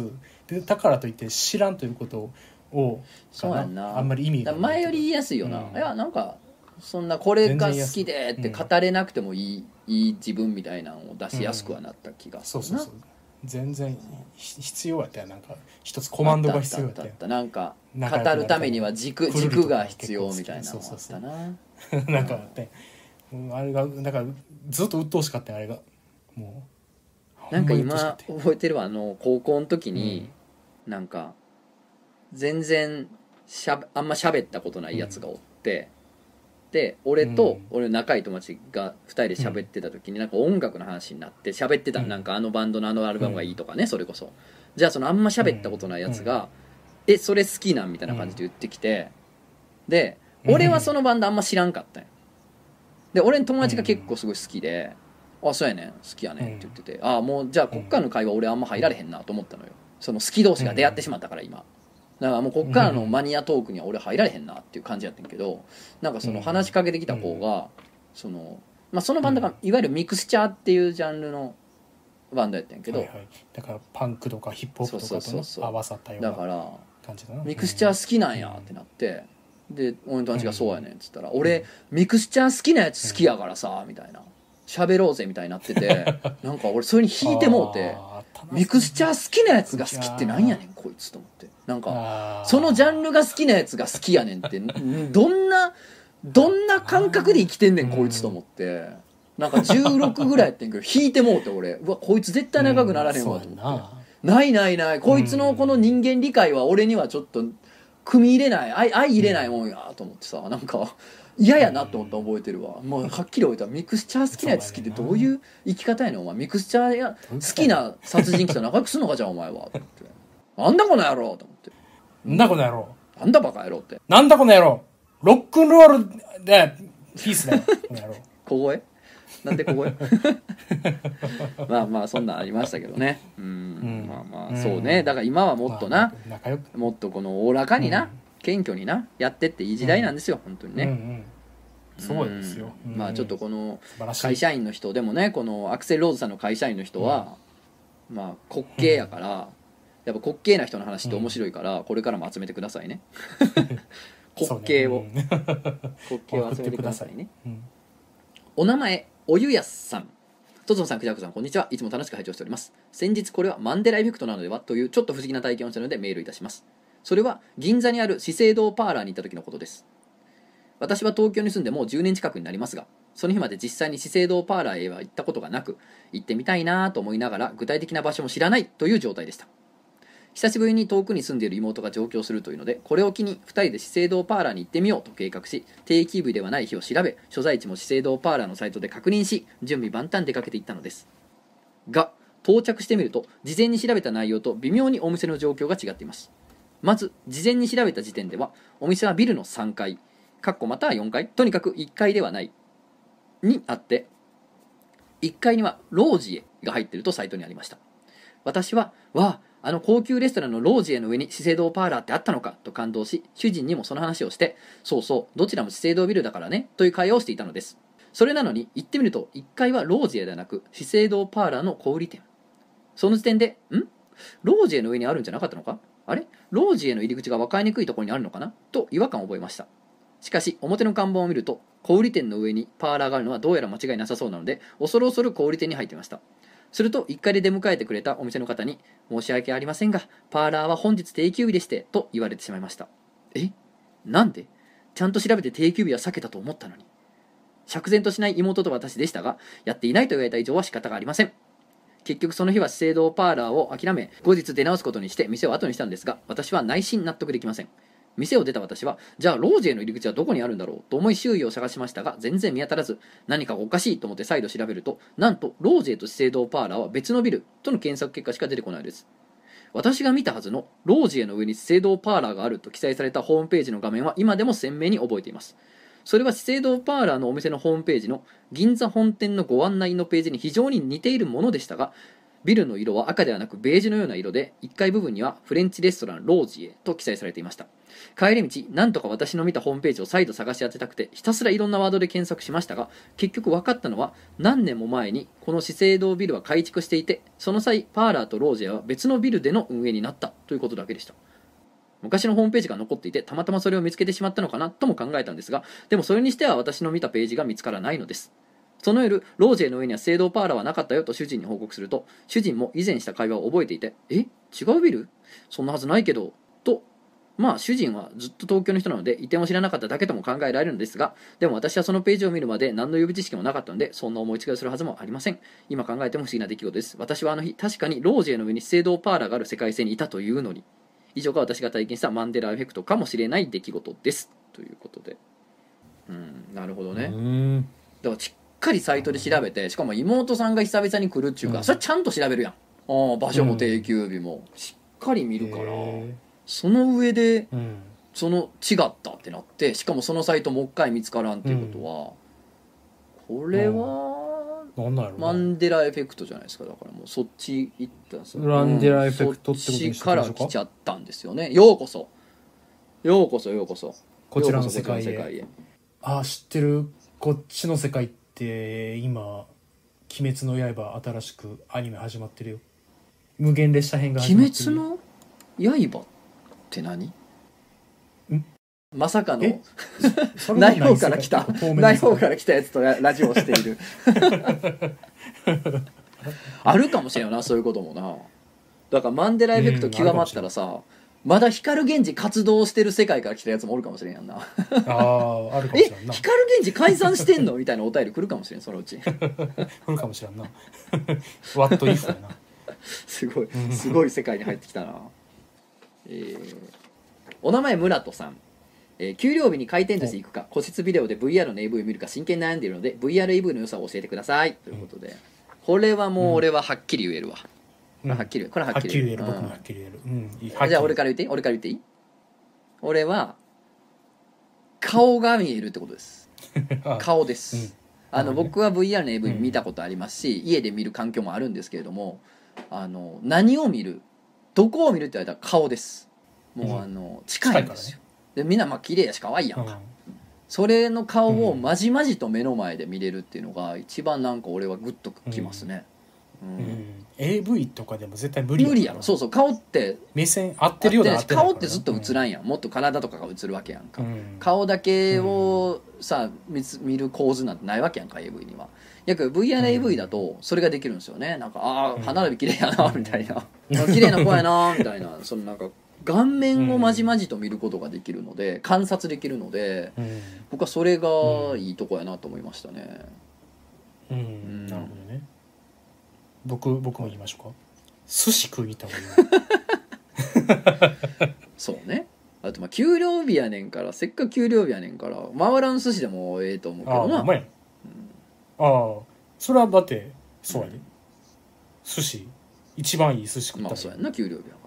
でだからといって知らんということをそうやんなあんまり意味が前より言いやすいよな、うん、いやなんかそんなこれが好きでって語れなくてもいい、うん、いい自分みたいなのを出しやすくはなった気がするな、うん、そうそうそう全然必要やったよなんか一つコマンドが必要やったよなんか語るためには軸軸が必要みたいなのがあったななんかね、うん、あれがなんかずっと鬱陶しかったよあれがもうなんか今覚えてるわあの高校の時に、うん、なんか全然しゃあんま喋ったことないやつがおって、うん、で俺と俺の仲いい友達がふたりで喋ってた時になんか音楽の話になって喋ってた、うん、なんかあのバンドのあのアルバムがいいとかね、うん、それこそじゃあそのあんま喋ったことないやつが、うん、えそれ好きなんみたいな感じで言ってきて、で俺はそのバンドあんま知らんかったんよ。で俺の友達が結構すごい好きで、あそうやねん好きやねんって言ってて、あもうじゃあこっからの会話俺あんま入られへんなと思ったのよ。その好き同士が出会ってしまったから今だからもうこっからのマニアトークには俺入られへんなっていう感じやってんけど、なんかその話しかけてきた子がその、まあ、そのバンドがいわゆるミクスチャーっていうジャンルのバンドやったんやけど、はいはい、 だからパンクとかヒップホップとかと合わさったような感じだな。 ミクスチャー好きなんやってなって、で俺の友達がそうやねんっつったら、俺ミクスチャー好きなやつ好きやからさみたいな喋ろうぜみたいになっててなんか俺それに引いてもうてミクスチャー好きなやつが好きってなんやねんこいつと思って、なんかそのジャンルが好きなやつが好きやねんってどんなどんな感覚で生きてんねんこいつと思って、なんかじゅうろくぐらいやってんけど引いてもうて俺うわこいつ絶対長くなられんわと思って、ないないないこいつのこの人間理解は俺にはちょっと組み入れない愛愛入れないもんやと思ってさ、なんか嫌やなと思った覚えてるわ。もうはっきり覚えた。ミクスチャー好きなやつ好きってどういう生き方やねんお前。ミクスチャーや好きな殺人鬼と仲良くすんのかじゃあお前はと思って、なんだこの野郎と思って、 なんだこの野郎なんだバカ野郎って、 なんだこの野郎ロックンロールでピースだよこの野郎小声なんで小声まあまあそんなんありましたけどね。うん、うん、まあまあそうね。だから今はもっとな、まあ、もっとこのおおらかにな、うん、謙虚になやってっていい時代なんですよ、うん、本当にね、うんうん、 そうですよ、 うん、まあちょっとこの会社員の人でもね、このアクセルローズさんの会社員の人は、うん、まあ滑稽やから、うん、やっぱ滑稽な人の話って面白いから、うん、これからも集めてくださいね滑稽を、ね、うん、滑稽を集めてくださいね、うん、お名前おゆやすさん、とつのさん、くじゃこさん、こんにちは。いつも楽しく拝聴しております。先日これはマンデラエフェクトなのではというちょっと不思議な体験をしたのでメールいたします。それは銀座にある資生堂パーラーに行った時のことです。私は東京に住んでもうじゅうねん近くになりますが、その日まで実際に資生堂パーラーへは行ったことがなく、行ってみたいなと思いながら具体的な場所も知らないという状態でした。久しぶりに遠くに住んでいる妹が上京するというので、これを機にふたりで資生堂パーラーに行ってみようと計画し、定休日ではない日を調べ、所在地も資生堂パーラーのサイトで確認し、準備万端出かけていったのです。が、到着してみると事前に調べた内容と微妙にお店の状況が違っています。まず事前に調べた時点では、お店はビルのさんがいかっこまたはよんかい、とにかくいっかいではないにあって、いっかいにはロージエが入っているとサイトにありました。私はわあ、あの高級レストランのロージエの上に資生堂パーラーってあったのかと感動し、主人にもその話をして、そうそうどちらも資生堂ビルだからねという会話をしていたのです。それなのに行ってみると、いっかいはロージエではなく資生堂パーラーの小売店。その時点でんロージエの上にあるんじゃなかったのか、あれロージエの入り口が分かりにくいところにあるのかなと違和感を覚えました。しかし表の看板を見ると、小売店の上にパーラーがあるのはどうやら間違いなさそうなので、恐る恐る小売店に入っていました。するといっかいで出迎えてくれたお店の方に、申し訳ありませんがパーラーは本日定休日でしてと言われてしまいました。えなんで、ちゃんと調べて定休日は避けたと思ったのに。釈然としない妹と私でしたが、やっていないと言われた以上は仕方がありません。結局その日は資生堂パーラーを諦め、後日出直すことにして店を後にしたんですが、私は内心納得できません。店を出た私は、じゃあロージェの入り口はどこにあるんだろうと思い周囲を探しましたが、全然見当たらず、何かがおかしいと思って再度調べると、なんとロージェと資生堂パーラーは別のビルとの検索結果しか出てこないです。私が見たはずのロージェの上に資生堂パーラーがあると記載されたホームページの画面は今でも鮮明に覚えています。それは資生堂パーラーのお店のホームページの銀座本店のご案内のページに非常に似ているものでしたが、 ビルの色は赤ではなくベージュのような色で、いっかい部分にはフレンチレストランロージエと記載されていました。帰り道、なんとか私の見たホームページを再度探し当てたくて、ひたすらいろんなワードで検索しましたが、結局分かったのは、何年も前にこの資生堂ビルは改築していて、その際パーラーとロージエは別のビルでの運営になったということだけでした。昔のホームページが残っていて、たまたまそれを見つけてしまったのかなとも考えたんですが、でもそれにしては私の見たページが見つからないのです。その夜、ロージェの上には資生堂パーラーはなかったよと主人に報告すると、主人も以前した会話を覚えていて、え、違うビル？そんなはずないけど、と、まあ主人はずっと東京の人なので移転を知らなかっただけとも考えられるのですが、でも私はそのページを見るまで何の予備知識もなかったので、そんな思い違いをするはずもありません。今考えても不思議な出来事です。私はあの日、確かにロージェの上に資生堂パーラーがある世界線にいたというのに。以上が私が体験したマンデラエフェクトかもしれない出来事です。ということで。うん、なるほどね。 うんだからしっかりサイトで調べて、しかも妹さんが久々に来るっちゅうか、うん、それちゃんと調べるやん。あ場所も定休日もしっかり見るから、その上で、うん、その違ったってなって、しかもそのサイトもう一回見つからんっていうことは、うん、これは、なんだろうマンデラエフェクトじゃないですか。だからもうそっち行ったさ、 マンデラエフェクトってことにしてから来ちゃったんですよね。ようこそようこそようこそこちらの世界へ。ああ知ってる。こっちの世界って今鬼滅の刃新しくアニメ始まってるよ。無限列車編が始まってる。 鬼滅の刃って何？んまさかの内方から来た内方から来たやつとラジオをしているあるかもしれんよな、そういうこともな。だからマンデラエフェクト極まったらさ、うん、まだ光源氏活動してる世界から来たやつもおるかもしれんやんな。ああ、あるかもしれんな。 え、光源氏解散してんのみたいなお便り来るかもしれん、そのうち。来るかもしれんな。ワットイフやな。 すごいすごい世界に入ってきたな。えー、お名前村戸さん。えー、給料日に回転寿司行くか個室ビデオで ブイアール の エーブイ を見るか真剣に悩んでいるので ブイアールエーブイ の良さを教えてくださいということで、うん、これはもう俺ははっきり言えるわ、うん、はっきり言えるこれははっきり言える、 僕もはっきり言える、うんいいじゃあ俺から言っていい俺から言っていい俺は顔が見えるってことです顔です、うん、あの僕は ブイアール の エーブイ 見たことありますし、うん、家で見る環境もあるんですけれども、あの何を見るどこを見るって言われたら顔です。もうあの、うん、近いんですよ。でみんなまあ綺麗やし可愛いやんか、うん、それの顔をまじまじと目の前で見れるっていうのが一番なんか俺はグッときますね、うんうん、 エーブイ とかでも絶対無理や無理やろ。そうそう顔って目線合ってるような合ってない顔ってずっと映らんやん、うん、もっと体とかが映るわけやんか、うん、顔だけをさ 見, 見る構図なんてないわけやんか エーブイ には。やけど ブイアールエーブイ だとそれができるんですよね。なんかああ歯並び綺麗やなみたいな、綺麗な子やなみたいな、そのなんか顔面をまじまじと見ることができるので、観察できるので、うん、僕はそれがいいとこやなと思いましたね。 うん、うん、なるほどね。僕僕も言いましょうか。寿司食いに行った方がいいそうね。あとまあ給料日やねんから、せっかく給料日やねんから回らん寿司でもええと思うけどな。ああ、うまい、うん、 ああそれはだってそうやで、うん、寿司一番いい寿司食った。 まあそうやんな、給料日やから。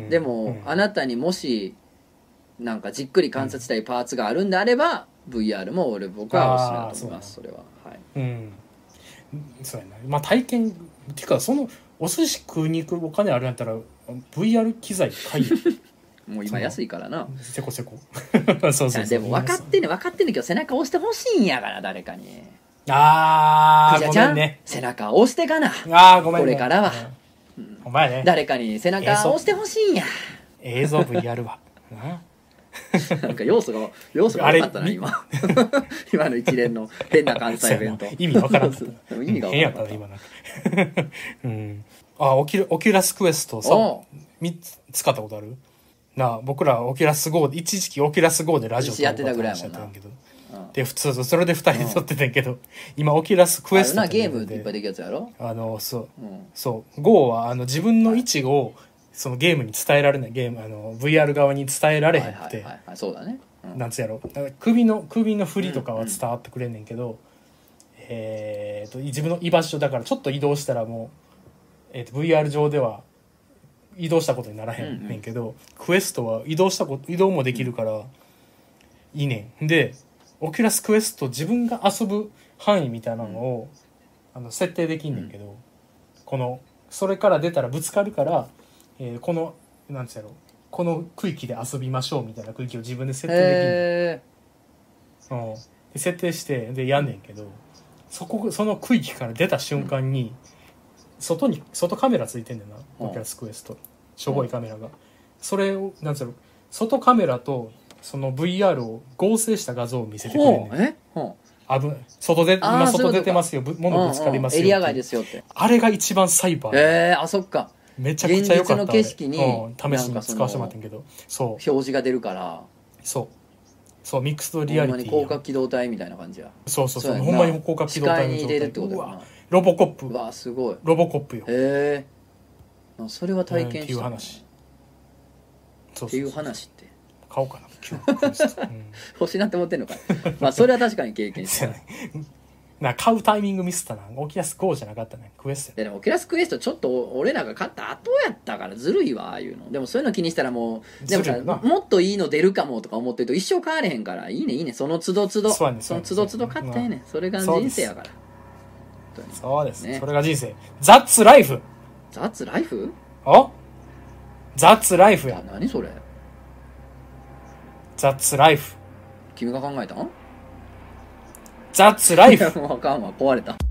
でも、うん、あなたにもしなんかじっくり観察したいパーツがあるんであれば、うん、ブイアール も俺僕はおすすめだと思います。 そ, それははい、うん、 そうやな。まあ体験っていうか、そのお寿司食いに行くお金あるんやったら ブイアール 機材買いもう今安いからな、 せこせこそうそうそう。 でも分かってんね分かってんねんけど、背中押してほしいんやから誰かに。 あーごめんね、 背中押してかな。 あーごめんね、 これからは、 うん、お前ね、 誰かに背中押してほしいんや。 映像 ブイアール はなんか要素が要素が悪かったな今今の一連の変な関西弁と意味わからんかった意味が変やったな今なんかうん、あオキュ、オキュラスクエストさみっつ使ったことあるなあ。僕らオキュラス ゴー で一時期オキュラス ゴー でラジオ撮ってたぐらいやもんな。 で普通それでふたりで撮ってたんやけど、うん、今オキュラスクエストあるな、ゲームでいっぱいできるやつやろ。 あのそう、うん、そう ゴー はあの自分の位置をそのゲームに伝えられない、ゲームあの ブイアール 側に伝えられへんくて、はいはいはいはい、そうだね、うん、なんつやろ、だから首の首の振りとかは伝わってくれんねんけど、うんうん、えー、と自分の居場所だからちょっと移動したらもう、えー、と ブイアール 上では移動したことにならへんねんけど、うんうん、クエストは移動したこと移動もできるからいいねん。でオキュラスクエスト自分が遊ぶ範囲みたいなのを、うん、あの設定できんねんけど、うん、このそれから出たらぶつかるから、えー、このなんていうのこの区域で遊びましょうみたいな区域を自分で設定できる、うん、で設定してでやんねんけど、そこその区域から出た瞬間に、うん、外に外カメラついてんねんな、オキュラスクエストしょぼいカメラが、うん、それをなんていうの外カメラとその ブイアール を合成した画像を見せてくれんねん。え危ない外で今外出てますよ、物ぶつかりますよ、 エリア外ですよって。 あれが一番サイバー。 えー、あそっか。 めちゃくちゃ良かった。 現実の景色に、 うん、試しに使わせてもらってんけど、そう表示が出るから。 そうそうミックスドリアリティ。 ほんまに広角機動隊みたいな感じや。 そうそうそう、ほんまに広角機動隊の状態。視界に入れるってことだな。ロボコップ。 うわすごい。 ロボコップよ。 へえ。それは体験した、ね。 っていう話。 そうそうそうっていう話って。 買おうかな。 うん、欲しいなって思ってんのか。まあそれは確かに経験した。 な買うタイミングミスったな。オキュラスゴーじゃなかったね。クエスト。 いやでもオキュラスクエストちょっと俺らが買った後やったからずるいわああいうの。でもそういうの気にしたらもうでもさもっといいの出るかもとか思ってると一生買われへんから、いいねいいね、その都度都度その都度都度買ったやねん。それが人生やから。 そうです、ね、それが人生。ザッツライフ。 ザッツライフ？ あ？ザッツライフや。 何それ？ ザッツライフ。 君が考えたん？ ザッツライフ。 もうあかんわ、壊れた。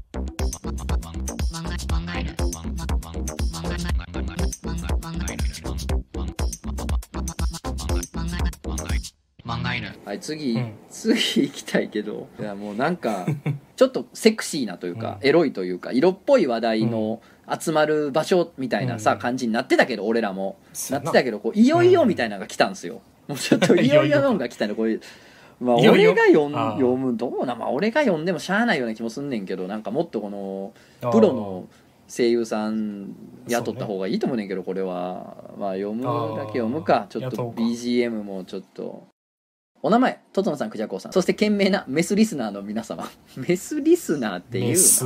はい、次、うん、次行きたいけど、いやもうなんかちょっとセクシーなというか、うん、エロいというか色っぽい話題の集まる場所みたいなさ、うん、感じになってたけど、俺らもなってたけど、こういよいよみたいなのが来たんですよ。もうちょっといよいよのが来たのこれ。まあ俺が読むどうな、まあ俺が読んでもしゃあないような気もすんねんけど、なんかもっとこのプロの声優さん雇った方がいいと思うねんけど、これはまあ読むだけ読むか。ちょっと ビージーエム もちょっと。お名前とつのさん、くじゃこうさん、そして懸命なメスリスナーの皆様。メスリスナーっていうメス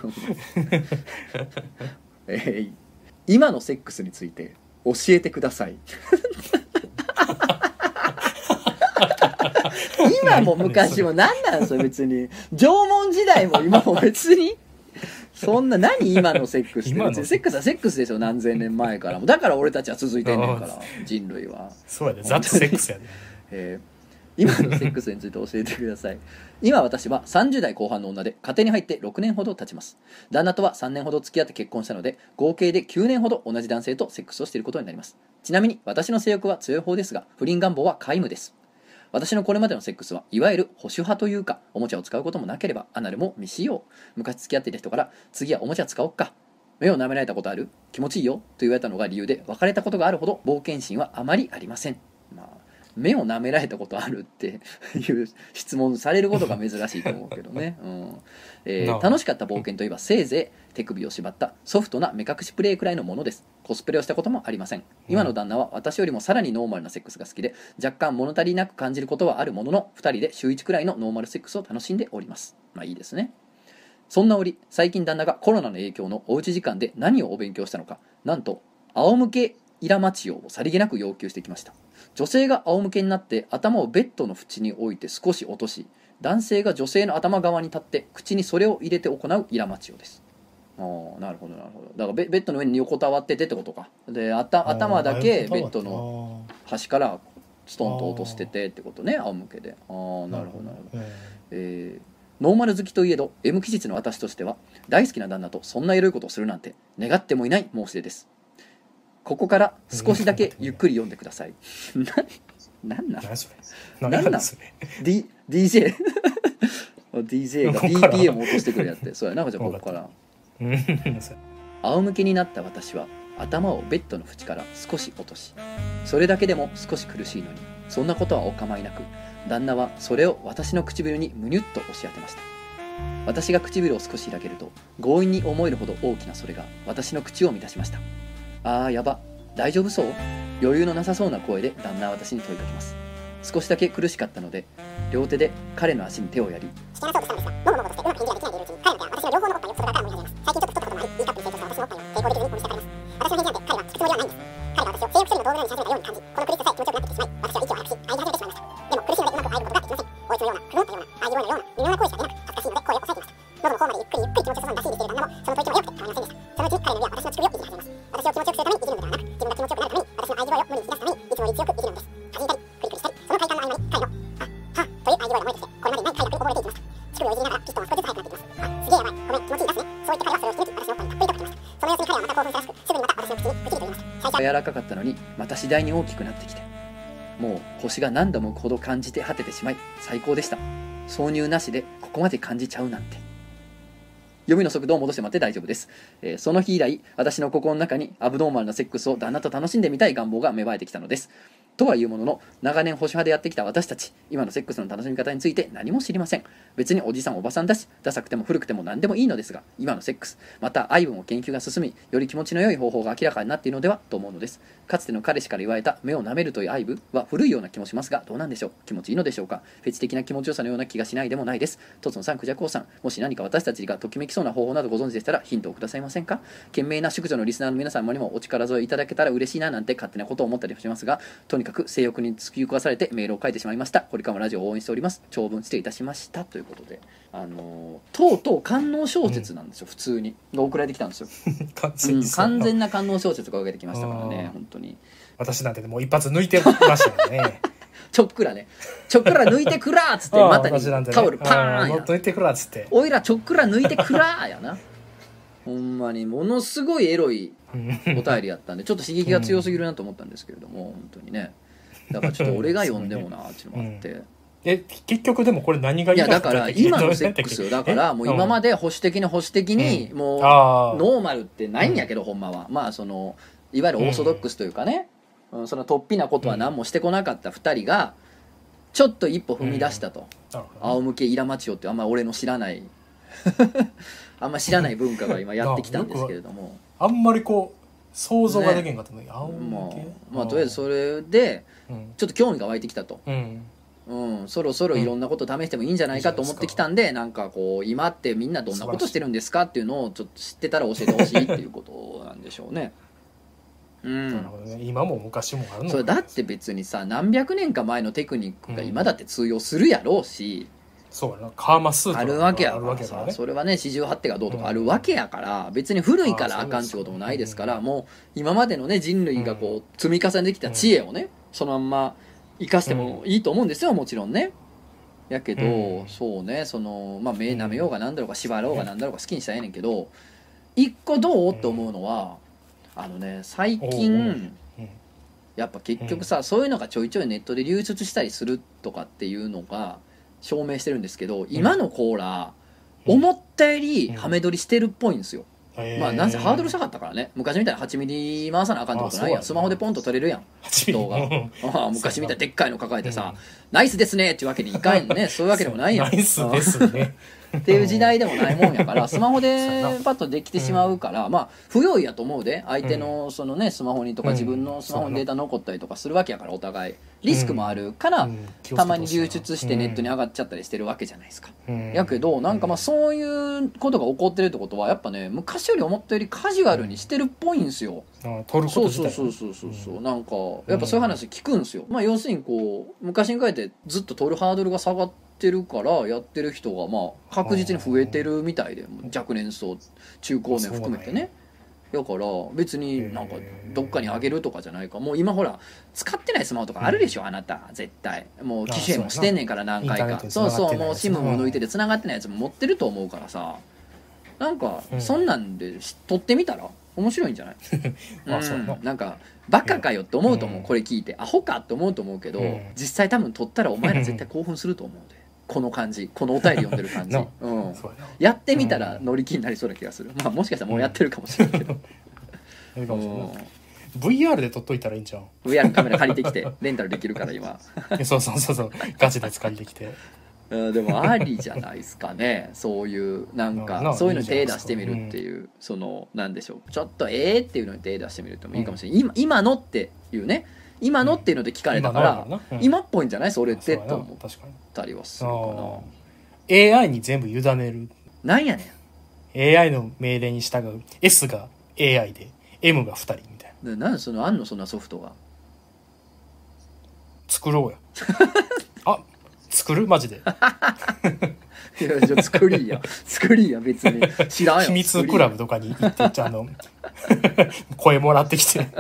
えー、今のセックスについて教えてください。今も昔も何なんそれ、別に縄文時代も今も別にそんな、何今のセックスって、別にセックスはセックスですよ、何千年前からも。だから俺たちは続いてんねんから、人類は。 そうやで、ザッツセックスやで、 えー今のセックスについて教えてください。今私はさんじゅう代後半の女で、家庭に入ってろくねんほど経ちます。旦那とはさんねんほど付き合って結婚したので、合計できゅうねんほど同じ男性とセックスをしていることになります。ちなみに私の性欲は強い方ですが、不倫願望は皆無です。私のこれまでのセックスはいわゆる保守派というか、おもちゃを使うこともなければアナルも未使用。昔付き合っていた人から次はおもちゃ使おうか、目を舐められたことある、気持ちいいよと言われたのが理由で、別れたことがあるほど冒険心はあまりありません。まあ目を舐められたことあるっていう質問されることが珍しいと思うけどね、うんえー、楽しかった冒険といえばせいぜい手首を縛ったソフトな目隠しプレイくらいのものです。コスプレをしたこともありません。今の旦那は私よりもさらにノーマルなセックスが好きで、若干物足りなく感じることはあるものの、ふたりで週いちくらいのノーマルセックスを楽しんでおります。まあいいですね。そんな折、最近旦那がコロナの影響のおうち時間で何をお勉強したのか、なんと仰向けイラマチオをさりげなく要求してきました。女性が仰向けになって頭をベッドの縁に置いて少し落とし、男性が女性の頭側に立って口にそれを入れて行うイラマチオです。ああ、なるほどなるほど。だからベベッドの上に横たわっててってことか。であた頭だけベッドの端からストンと落としててってことね、仰向けで。ああ、なるほどなるほど。えー、ノーマル好きといえど M 気質の私としては、大好きな旦那とそんなエロいことをするなんて願ってもいない申し出です。ここから少しだけゆっくり読んでください。な、なんなん？ 何それ？何なんそれ？ D、ディージェー ディージェー が ビーピーエム 落としてくるやって。そうやな、じゃあここから。仰向けになった私は頭をベッドの縁から少し落とし、それだけでも少し苦しいのに、そんなことはお構いなく、旦那はそれを私の唇にむにゅっと押し当てました。私が唇を少し開けると、強引に思えるほど大きなそれが私の口を満たしました。あーやば、大丈夫そう？余裕のなさそうな声で旦那は私に問いかけます。少しだけ苦しかったので、両手で彼の足に手をやり、引き離そうとしたのですが、もごもごとしてうまく返事ができないでいるうちに、彼の手は私の両方のおっぱいを外側から盛り上げます。最近ちょっと太ったこともあり、いいカップに成長した私のおっぱいは抵抗できずに盛り下がります。私の返事なんて彼は聞くつもりはないんです。彼は私を性欲処理の道具のようにし始めたように感じ、この苦しささえ気持ちよくなってきてしまい、私は息を早くし、愛に始めてしまいました。でも苦しいのでうまく愛ることができません。おいつのような、くぐったような、愛声のような、微妙な声しか出なく、恥ずかしいので声を抑えていました。喉の方までゆっくりゆっくり気持ちよさそうに出し入れしている旦那も、その吐息も良くて構いませんでした。そのうち彼の指は私の乳首をいじりらかかったのにまた次第に大きくなってきて、もう星が何度もほど感じて果ててしまい最高でした。挿入なしでここまで感じちゃうなんて。読みの速度を戻してもらって大丈夫です、えー、その日以来私の心の中にアブノーマルなセックスを旦那と楽しんでみたい願望が芽生えてきたのです。とはいうものの、長年保守派でやってきた私たち、今のセックスの楽しみ方について何も知りません。別におじさんおばさんだし、ダサくても古くても何でもいいのですが、今のセックス、また愛分を研究が進み、より気持ちの良い方法が明らかになっているのではと思うのです。かつての彼氏から言われた目を舐めるという愛分は古いような気もしますが、どうなんでしょう。気持ちいいのでしょうか。フェチ的な気持ちよさのような気がしないでもないです。とつのさん、クジャコウさん、もし何か私たちがときめきそうな方法などご存知でしたらヒントをくださいませんか。賢明な淑女のリスナーの皆様にもお力添えいただけたら嬉しいななんて勝手なことを思ったりしますが、とにかく性欲に突き壊されてメールを書いてしまいました。これからもラジオを応援しております。長文失礼いたしましたということで、あのー、とうとう官能小説なんですよ、うん、普通にが送られてきたんですよ完全に、うん、完全な官能小説が送られてきましたからね。本当に私なんてもう一発抜いてましたよねちょっくらねちょっくら抜いてくらーっつってまたにタオルパーンや抜いてくらっつっておいらちょっくら抜いてくらーやなほんまにものすごいエロいお便りやったんでちょっと刺激が強すぎるなと思ったんですけれども、本当にね、だからちょっと俺が読んでもなーっていうのもあって、うん、 え結局でもこれ何がいいかいやだから今のセックスよだからもう今まで保守的に保守的にもうノーマルってないんやけど、ほんまはまあそのいわゆるオーソドックスというかね、うん、その突飛なことは何もしてこなかったふたりがちょっと一歩踏み出したと、うん、仰向けイラマチオってあんま俺の知らないあんま知らない文化が今やってきたんですけれどもあんまりこう想像ができんかったのに、ね、仰向けまあとりあえずそれでちょっと興味が湧いてきたと、うんうん、そろそろいろんなこと試してもいいんじゃないかと思ってきたんで、うん、なんかこう今ってみんなどんなことしてるんですかっていうのをちょっと知ってたら教えてほしいっていうことなんでしょうね。うん、 なるほどね、今も昔もあるのそれだって別にさ何百年か前のテクニックが今だって通用するやろうし、 うん、そうやなカーマスートあるわけやからさ、ね、それはね四十八手がどうとかあるわけやから、うん、別に古いからあかんってこともないですから、うん、もう今までのね人類がこう積み重ねてきた知恵をね、うん、そのまんま生かしてもいいと思うんですよ、もちろんね。やけど、うん、そうねその、まあ、目舐めようがなんだろうが縛ろうがなんだろうが好きにしたらええねんけど、一個どうって思うのはあのね最近やっぱ結局さ、そういうのがちょいちょいネットで流出したりするとかっていうのが証明してるんですけど、今のコーラ思ったよりハメ撮りしてるっぽいんですよ。まあなんせハードル下がったからね。昔みたいなはちミリ回さなあかんってことないやん。スマホでポンと撮れるやん動画ああ昔みたいなでっかいの抱えてさ、うん、ナイスですねっていうわけにいかんねそういうわけでもないやん。 ナイスですねっていう時代でもないもんやからスマホでパッとできてしまうから、うん、まあ不用意やと思うで、相手のそのねスマホにとか自分のスマホにデータ残ったりとかするわけやから、お互いリスクもあるから、うん、たまに流出してネットに上がっちゃったりしてるわけじゃないですか、うん、やけどなんかまあそういうことが起こってるってことはやっぱね昔より思ったよりカジュアルにしてるっぽいんですよ、 うん、撮ること自体そうそうそうそうそう、うん、なんかやっぱそういう話聞くんですよ。まあ要するにこう昔に比べてずっと撮るハードルが下がっててるからやってる人がまあ確実に増えてるみたいで、若年層中高年含めてね。だから別になんかどっかにあげるとかじゃないか、もう今ほら使ってないスマホとかあるでしょ、うん、あなた絶対もう機種変もしてんねんから何回か、そうそうもう シム も抜いてて繋がってないやつも持ってると思うからさ、なんかそんなんで撮ってみたら面白いんじゃないうん、なんかバカかよって思うと思う、これ聞いてアホかって思うと思うけど、実際多分撮ったらお前ら絶対興奮すると思うでこの感じ、このお便り読んでる感じ、うん、やってみたら乗り気になりそうな気がする。まあもしかしたらもうやってるかもしれないけど、 うん、ブイアール で撮っといたらいいんじゃん。 ブイアール カメラ借りてきてレンタルできるから今そうそうそうそうガチで借りてきてでもありじゃないですかねそういうなんかそういうのに手出してみるっていう、そのなんでしょう、ちょっとええっていうのに手出してみるともいいかもしれない、今今のっていうね、今のっていうので聞かれたから、うん、今っぽいんじゃないそれってと思ったりはするかな。 エーアイ に全部委ねる。 なんやねんエーアイ の命令に従う。 S が エーアイ で エム がふたりみたいな。 なんでそのあんのそんなソフトが。 作ろうやあ作るマジでいやじゃあ作りや作りや別に知らんよ。 秘密クラブとかに行ってあの声もらってきて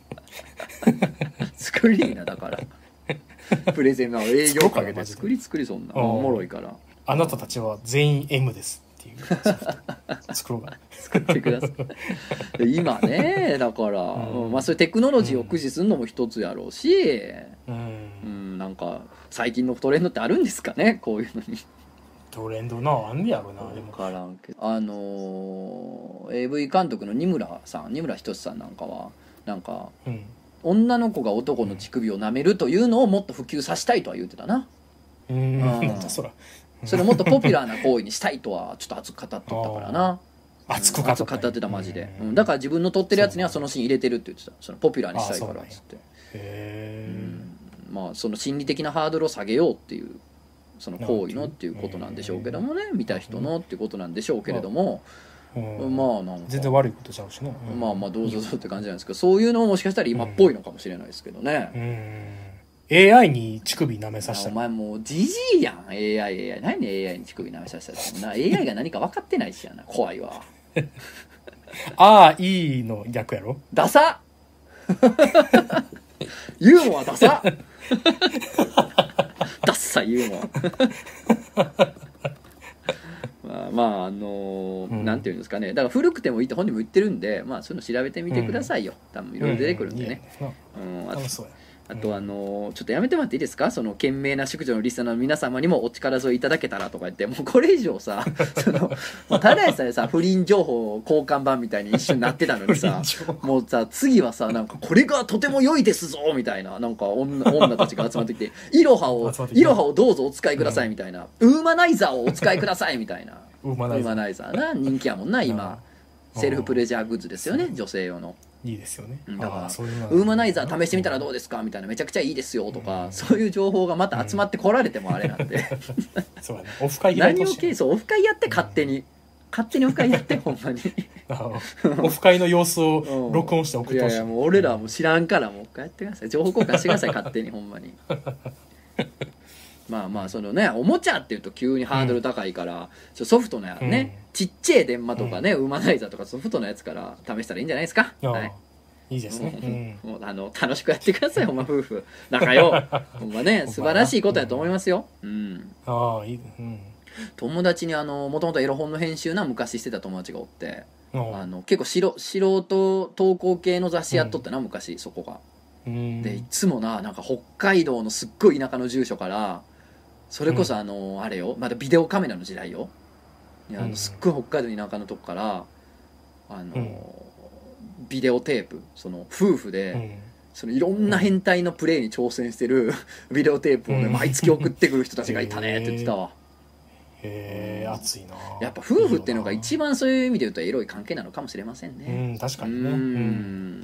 作りな、だからプレゼンの営業かけて作り作りそんなおもろいから、 あなたたちは全員 エム ですってっていうソフト作ろうかな作ってください今ねだから、うんまあ、そういうテクノロジーを駆使するのも一つやろうし、うんうん、なんか最近のトレンドってあるんですかねこういうのにトレンドなあんねやろな分からんけどあのー、エーブイ 監督の二村さん二村仁さんなんかはなんか、うん、女の子が男の乳首を舐めるというのをもっと普及させたいとは言ってたなうん、うん、そらそれをもっとポピュラーな行為にしたいとはちょっと熱く語っとったからな熱く語った, 語ってたマジで、うん、だから自分の撮ってるやつにはそのシーン入れてるって言ってたそのポピュラーにしたいからっつってへ、うん、まあその心理的なハードルを下げようっていうその行為のっていうことなんでしょうけどもね見た人のっていうことなんでしょうけれども、うん、まあなんか全然悪いことちゃうしね、 うん、まあまあどうぞどうぞって感じなんですけどそういうのももしかしたら今っぽいのかもしれないですけどね、うんうん、エーアイ に乳首舐めさせたお前もうジジイやん エーアイ エーアイ 何で エーアイ に乳首舐めさせたってな エーアイ が何か分かってないしやな怖いわああいいの逆やろダサユーモアダサダッサユーモアまあまああのーうん、なんていうんですかねだから古くてもいいって本人も言ってるんでまあそういうの調べてみてくださいよ、うん、多分いろいろ出てくるんでね、うんうん、あとあとあのー、ちょっとやめてもらっていいですかその懸命な淑女のリスナーの皆様にもお力添えいただけたらとか言ってもうこれ以上さそのもうただでさえさ不倫情報交換版みたいに一緒になってたのにさもうさ次はさなんかこれがとても良いですぞみたいななんか 女, 女たちが集まってきてイロハをイロハをどうぞお使いくださいみたいな、うん、ウーマナイザーをお使いくださいみたいなウーマナイザーな人気やもんな今セルフプレジャーグッズですよね女性用のいいですよねだからウーマナイザー試してみたらどうですかみたいなめちゃくちゃいいですよとか、うん、そういう情報がまた集まってこられてもあれなんで、 うん、そうだねオフ会やってほしい何をそうオフ会やって勝手に、うん、勝手にオフ会やってほんまにオフ会の様子を録音して送ってほしい、 いやいやもう俺らはもう知らんからもう一回やってください情報交換してください勝手にほんまにまあまあそのねおもちゃっていうと急にハードル高いから、うん、ソフトのやね、うん、ちっちゃい電話とかね、うん、ウーマナイザーとかソフトのやつから試したらいいんじゃないですか、はい、 いいですね、 うん、もうあの楽しくやってくださいほんま夫婦仲良ほんまね素晴らしいことやと思いますよ、うん、ああいい、うん、友達にあのもともとエロ本の編集な昔してた友達がおってあの結構しろ素人投稿系の雑誌やっとったな、うん、昔そこがでいつもななんか北海道のすっごい田舎の住所からそれこそあの、うん、あれよまだビデオカメラの時代よいやあのすっごい北海道の田舎のとこからあの、うん、ビデオテープその夫婦で、うん、そのいろんな変態のプレイに挑戦してるビデオテープをね、うん、毎月送ってくる人たちがいたねって言ってたわへえ熱いなやっぱ夫婦っていうのが一番そういう意味で言うとエロい関係なのかもしれませんねうん確かにね、うん、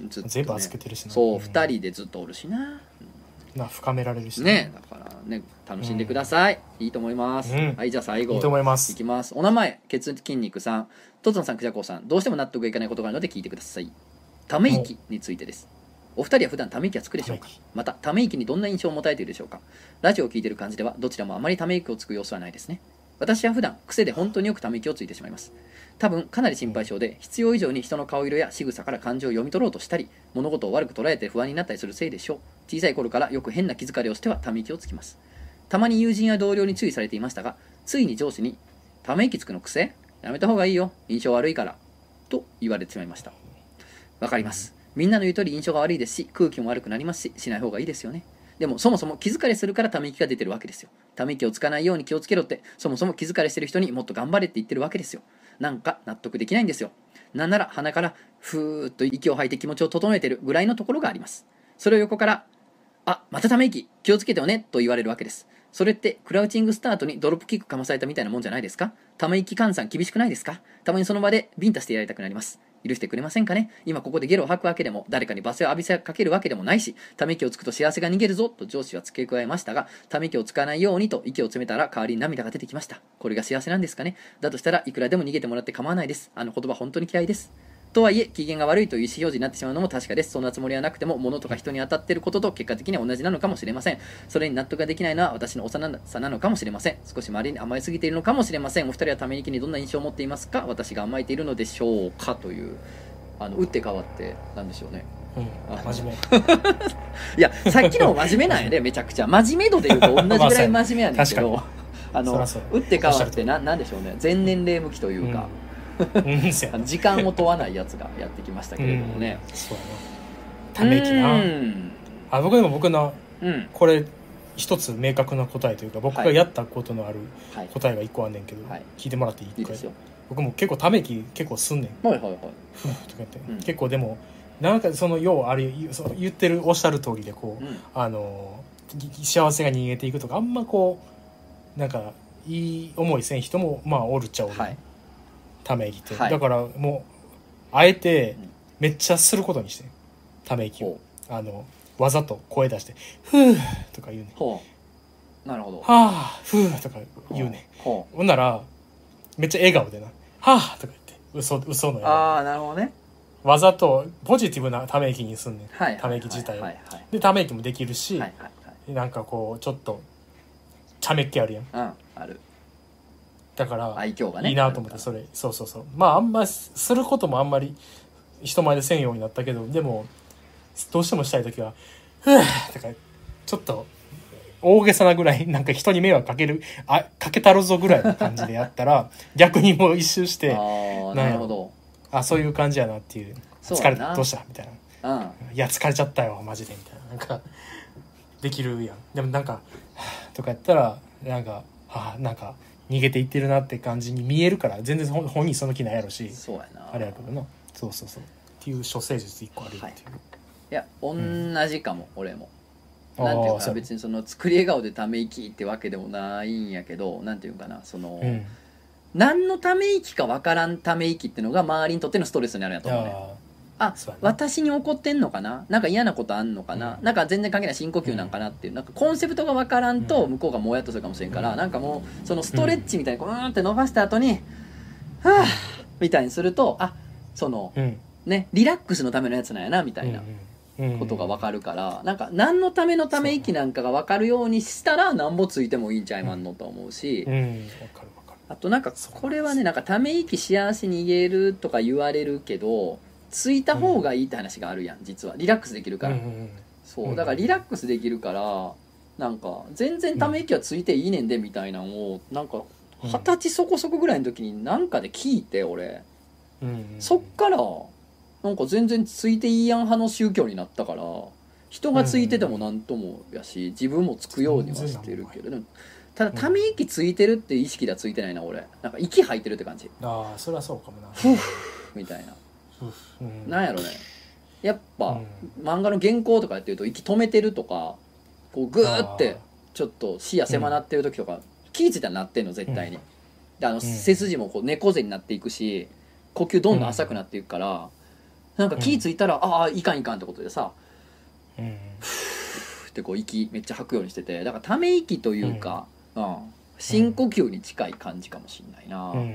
ずっとね全部預けてるしなそう、うん、ふたりでずっとおるしなな深められるしね, ねだからね楽しんでください、うん、いいと思います、うん、はいじゃあ最後いいと思いますいきますお名前ケツ筋肉さんとつのさんくじゃこうさんどうしても納得いかないことがあるので聞いてくださいため息についてですお二人は普段ため息はつくでしょうかまたため息にどんな印象を持たれているでしょうかラジオを聞いている感じではどちらもあまりため息をつく様子はないですね私は普段癖で本当によくため息をついてしまいます多分かなり心配性で必要以上に人の顔色や仕草から感情を読み取ろうとしたり物事を悪く捉えて不安になったりするせいでしょう小さい頃からよく変な気疲れをしてはため息をつきますたまに友人や同僚に注意されていましたがついに上司にため息つくの癖やめた方がいいよ印象悪いからと言われてしまいましたわかりますみんなの言う通り印象が悪いですし空気も悪くなりますししない方がいいですよねでもそもそも気疲れするからため息が出てるわけですよため息をつかないように気をつけろってそもそも気疲れしてる人にもっと頑張れって言ってるわけですよなんか納得できないんですよなんなら鼻からふーっと息を吐いて気持ちを整えてるぐらいのところがありますそれを横からあまたため息気をつけてよねと言われるわけですそれってクラウチングスタートにドロップキックかまされたみたいなもんじゃないですかため息換算厳しくないですかたまにその場でビンタしてやりたくなります許してくれませんかね今ここでゲロを吐くわけでも誰かに罵声を浴びせかけるわけでもないしため息をつくと幸せが逃げるぞと上司は付け加えましたがため息をつかないようにと息を詰めたら代わりに涙が出てきましたこれが幸せなんですかねだとしたらいくらでも逃げてもらって構わないですあの言葉本当に嫌いですとはいえ機嫌が悪いという意思表示になってしまうのも確かですそんなつもりはなくても物とか人に当たっていることと結果的には同じなのかもしれませんそれに納得ができないのは私の幼さなのかもしれません少し周りに甘えすぎているのかもしれませんお二人はため息にどんな印象を持っていますか私が甘えているのでしょうかというあの打って変わってなんでしょうね、 うん、真面目いやさっきの真面目なんやねめちゃくちゃ真面目度でいうと同じぐらい真面目やねんけど、 あの打って変わってな、なんでしょうね、全年齢向きというか、うん、時間を問わないやつがやってきましたけれどもね、うん、そうやな、 ため息な、あ僕でも僕の、うん、これ一つ明確な答えというか僕がやったことのある答えが一個あんねんけど、はい、聞いてもらっていい？いいですよ。僕も結構ため息結構すんねん、はいはいはい、ふぅとか言って、うん、結構でもなんかその要はあれその言ってるおっしゃる通りでこう、うん、あの幸せが逃げていくとかあんまこうなんかいい思いせん人もまあおるっちゃおる、はい、ため息って、はい、だからもうあえてめっちゃすることにしてため息を、うん、あのわざと声出してふぅとか言うねん、 ほうなるほど、 はあふぅとか言うねん、ほうほんならめっちゃ笑顔でなはぁとか言って嘘嘘の笑顔、 ああなるほどね、 わざとポジティブなため息にすんねん、はいはいはいはい、ため息自体を、はいはい、でため息もできるし、はいはいはい、なんかこうちょっとちゃめっ気あるやん、うん、 ある、 だから愛嬌がねいいなと思って、それそうそうそう、まああんますることもあんまり人前でせんようになったけど、でもどうしてもしたい時はふぅとかちょっと大げさなぐらいなんか人に迷惑かけるあかけたるぞぐらいの感じでやったら逆にもう一周してあなるほど、 あそういう感じやなっていう、疲れたどうしたみたいな、うん、いや疲れちゃったよマジでみたいな、なんかできるやん。でもなんかとかやったらなんかはなんか逃げていってるなって感じに見えるから全然本人その気ないやろし、 そうやなあれやけどな、そうそうそうっていう処世術いっこあるっていう、はい、 いや同じかも、うん、俺もなんていうか別にその作り笑顔でため息ってわけでもないんやけど、なんていうかな、その、うん、何のため息かわからんため息っていうのが周りにとってのストレスになるんやと思うね。あ、私に怒ってんのかな、なんか嫌なことあんのかな、うん、なんか全然関係ない深呼吸なんかなっていう、なんかコンセプトがわからんと向こうがもやっとするかもしれんから、うん、なんかもうそのストレッチみたいにこうーんって伸ばした後に、うん、はぁみたいにすると、あその、うん、ねリラックスのためのやつなんやなみたいな。うんうんことが分かるから、なんか何のためのため息なんかが分かるようにしたらなんぼついてもいいんちゃいまんのと思うし、うんうん、分かる分かる。あとなんかこれはね、なんかため息幸せに逃げるとか言われるけどついた方がいいって話があるやん、実はリラックスできるから、うんうん、そうだからリラックスできるからなんか全然ため息はついていいねんでみたいなのをなんか二十歳そこそこぐらいの時になんかで聞いて俺、うんうん、そっからなんか全然ついていいやん派の宗教になったから、人がついててもなんともやし自分もつくようにはしてるけど、ただため息ついてるって意識ではついてないな俺、なんか息吐いてるって感じ。 ああそれはそうかもな、 ふぅみたいな、うん、なんやろね、やっぱ、うん、漫画の原稿とかやってると息止めてるとかこうグーってちょっと視野狭なってる時とか、うん、気ぃついたらなってんの絶対に、うん、であの、うん、背筋もこう猫背になっていくし呼吸どんどん浅くなっていくから、うんなんか気ぃついたら、うん、ああいかんいかんってことでさ、うん、ふーってこう息めっちゃ吐くようにしてて、だからため息というか、うんうん、深呼吸に近い感じかもしんないな、うんうん、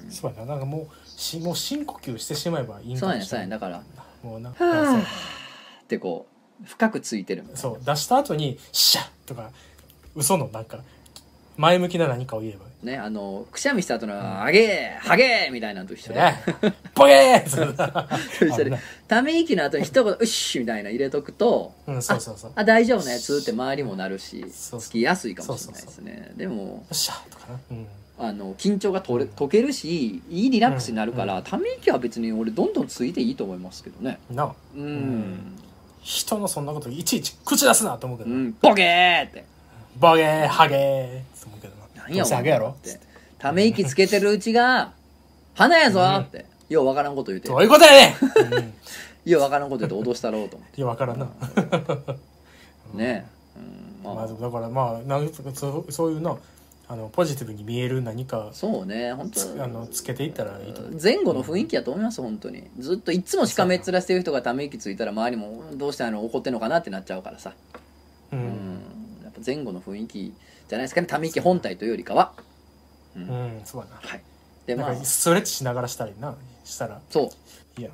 そうやな、なんかもうしもう深呼吸してしまえばいいんかもしれない。 そうやねそうやね、だからもうなはーってこう深くついてるみたいな、 そう出した後にシャッとか嘘のなんか前向きな何かを言えばね、あのくしゃみした後の「あげーはげー」みたいなのと一緒で 「ポゲー!」 ため息の後に一言「うっし」みたいな入れとくと「うんそうそうそうあ大丈夫なやつ」って周りもなるしつきやすいかもしれないですね。でも「よっしゃ」とかな、うん、あの緊張が取れ解けるしいいリラックスになるから、うんうん、ため息は別に俺どんどんついていいと思いますけどね。 なあ、うん、うん、人のそんなこといちいち口出すなと思うけど、 うん、ボゲーってボゲーハゲーって思うけどな、 何やお前ってため息つけてるうちが花やぞって、うん、ようわからんこと言うてどういうことやねん、うん、 ようわからんこと言うて脅したろうと思っていやわからんなねえ、 うんまあ、まあだからまあなんかそそういうのあのポジティブに見える何かそうね本当あのつけていったらいいと思う。 前後の雰囲気やと思います本当に。ずっといつもしかめっ面してる人がため息ついたら周りもどうしたの怒ってんのかなってなっちゃうからさ、うん、うんやっぱ前後の雰囲気じゃないですかね、ため息本体というよりかは。 うん、うん、そうだな。はい。 でまあストレッチしながらしたりなしたら。 そう。 いや。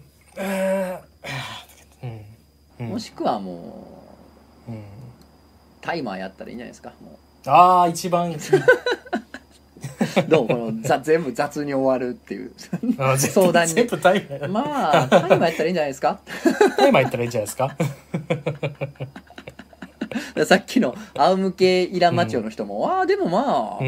うんうん、もしくはもう、うん、タイマーやったらいいんじゃないですか。もうああ一番どうこのざ全部雑に終わるっていう相談に全部タイマーまあタイマーやったらいいんじゃないですか。 タイマーやったらいいんじゃないですか。 さっきの仰向けイラマチョの人も、うん、ああでもまあ、うん、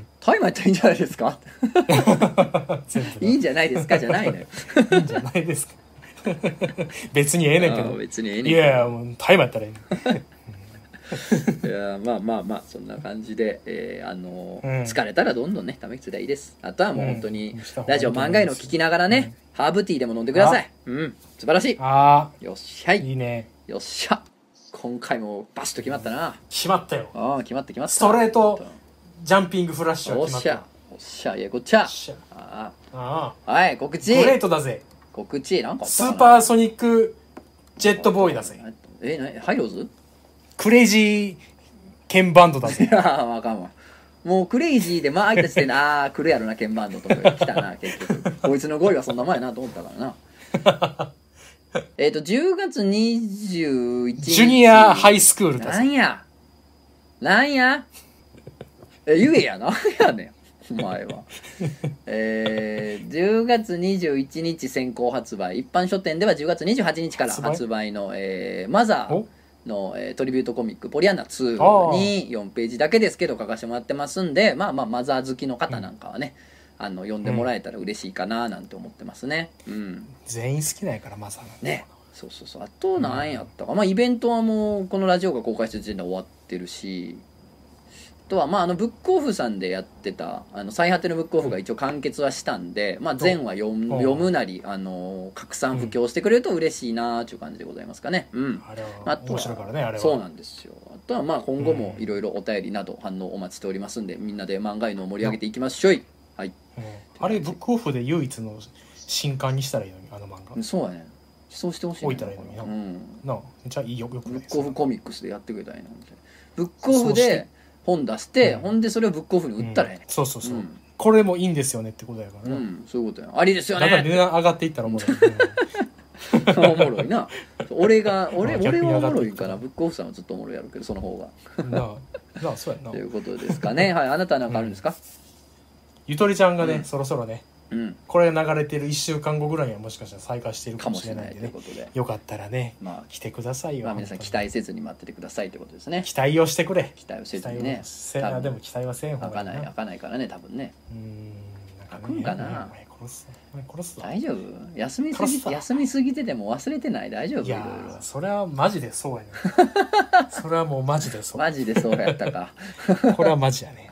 タイマーやったらいいんじゃないですかいいんじゃないですかじゃないのよいいんじゃないですか別にええねんけど別にええねんけどいやいやもうタイマーやったらええねんいやまあまあまあそんな感じで、えーあのーうん、疲れたらどんどんねため息ついたらいいです。あとはもう本当に、うん、ラジオ漫画の聞きながらね、うん、ハーブティーでも飲んでください。うん素晴らしい。 あよっしゃいいいね。 よっしゃ今回もバシッと決まったな。 決まったよ。 ああ決まった決まった。 ストレートジャンピングフラッシュは決まった。 おっしゃおっしゃいやこっちゃ。 ああはい告知。 グレートだぜ。 告知なんかスーパーソニックジェットボーイだぜ。 えなハイローズクレイジー鍵バンドだぜ。 いやわかんわ。もうクレイジーでまああいた時点でああ来るやろな鍵バンドとか来たな結局こいつの語彙はそんな前やなと思ったからなえっとじゅうがつにじゅういちにちジュニアハイスクールだぜ。 なんやなんやえ言えやなんやねんお前はえー、じゅうがつにじゅういちにち先行発売一般書店ではじゅうがつにじゅうはちにちから発売の、えー、マザーの、えー、トリビュートコミックポリアンナツーによんページだけですけど書かせてもらってますんでまあまあマザー好きの方なんかはね、うん、あの読んでもらえたら嬉しいかななんて思ってますね、うん、 全員好きなんやからマザーなんてねそうそうそうあと何やったか、うん、まあイベントはもうこのラジオが公開してる時点で終わってるしあとはまああのブックオフさんでやってたあの最果てのブックオフが一応完結はしたんで、まあ、全話読む、読むなりあの拡散布教してくれると嬉しいなーっていう感じでございますかね。うん。 あれは面白いからねあれは。 そうなんですよ。あとはまあ今後もいろいろお便りなど反応お待ちしておりますんでみんなで漫画の盛り上げていきましょう。はい。 うん、あれブックオフで唯一の新刊にしたらいいのにあの漫画。 そうやね。そうしてほしい、ね。 置いたらいいのにな。うん。なあじゃあいいよよくない。 ブックオフコミックスでやってくれたらいいなみたいな。ブックオフで本出して、うん、ほんでそれをブックオフに売ったらええね、 うん、そうそうそう、うん、これもいいんですよねってことやからね、 うん、そういうことやありですよねだから値段上がっていったらおもろい、 おもろいな俺が俺俺はおもろいからブックオフさんはずっとおもろいやるけどその方がなあなあそうやなということですかねはいあなたは何かあるんですか、うん、 ゆとりちゃんがね、うん、そろそろねうん、 これ流れてるいっしゅうかんごぐらいにはもしかしたら再開しているかもしれないんでねかもしれないということでよかったらね、 まあ、 来てくださいよ、 まあ、皆さん期待せずに待っててくださいということですね期待をしてくれ期待をせずにねせでも期待はせんほうがいいな開かない開かないからね多分ねうん開くんかな殺す殺す大丈夫休みすぎ休みすぎてても忘れてない大丈夫いやいろいろそれはマジでそうやねそれはもうマジでそうマジでそうやったかこれはマジやね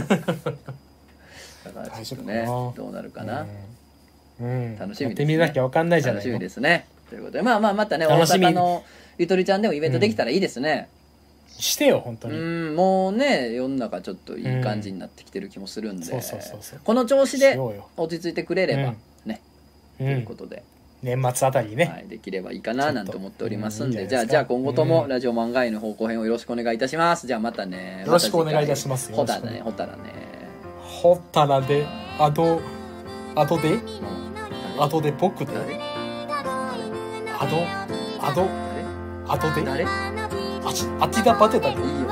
だからちょっとねどうなるかな、うんうん、 楽しみですね。 やってみなきゃ分かんないじゃない楽しみですね。ということでまあまあまたね大阪のゆとりちゃんでもイベントできたらいいですね。 うん、してよ本当に。 うんもうね世の中ちょっといい感じになってきてる気もするんで、この調子で落ち着いてくれればね、うん、ということで。 年末あたりね、 はい、できればいいかななんて思っておりますんで、うん、じゃあじゃあ今後ともラジオ漫画への方向編をよろしくお願いいたします。じゃあまたね。 よろしくお願いいたします。 ほたらねほたらね。 ほたらであとあとで。あとで僕であどあどあどで誰あちあちだバテたでいいよ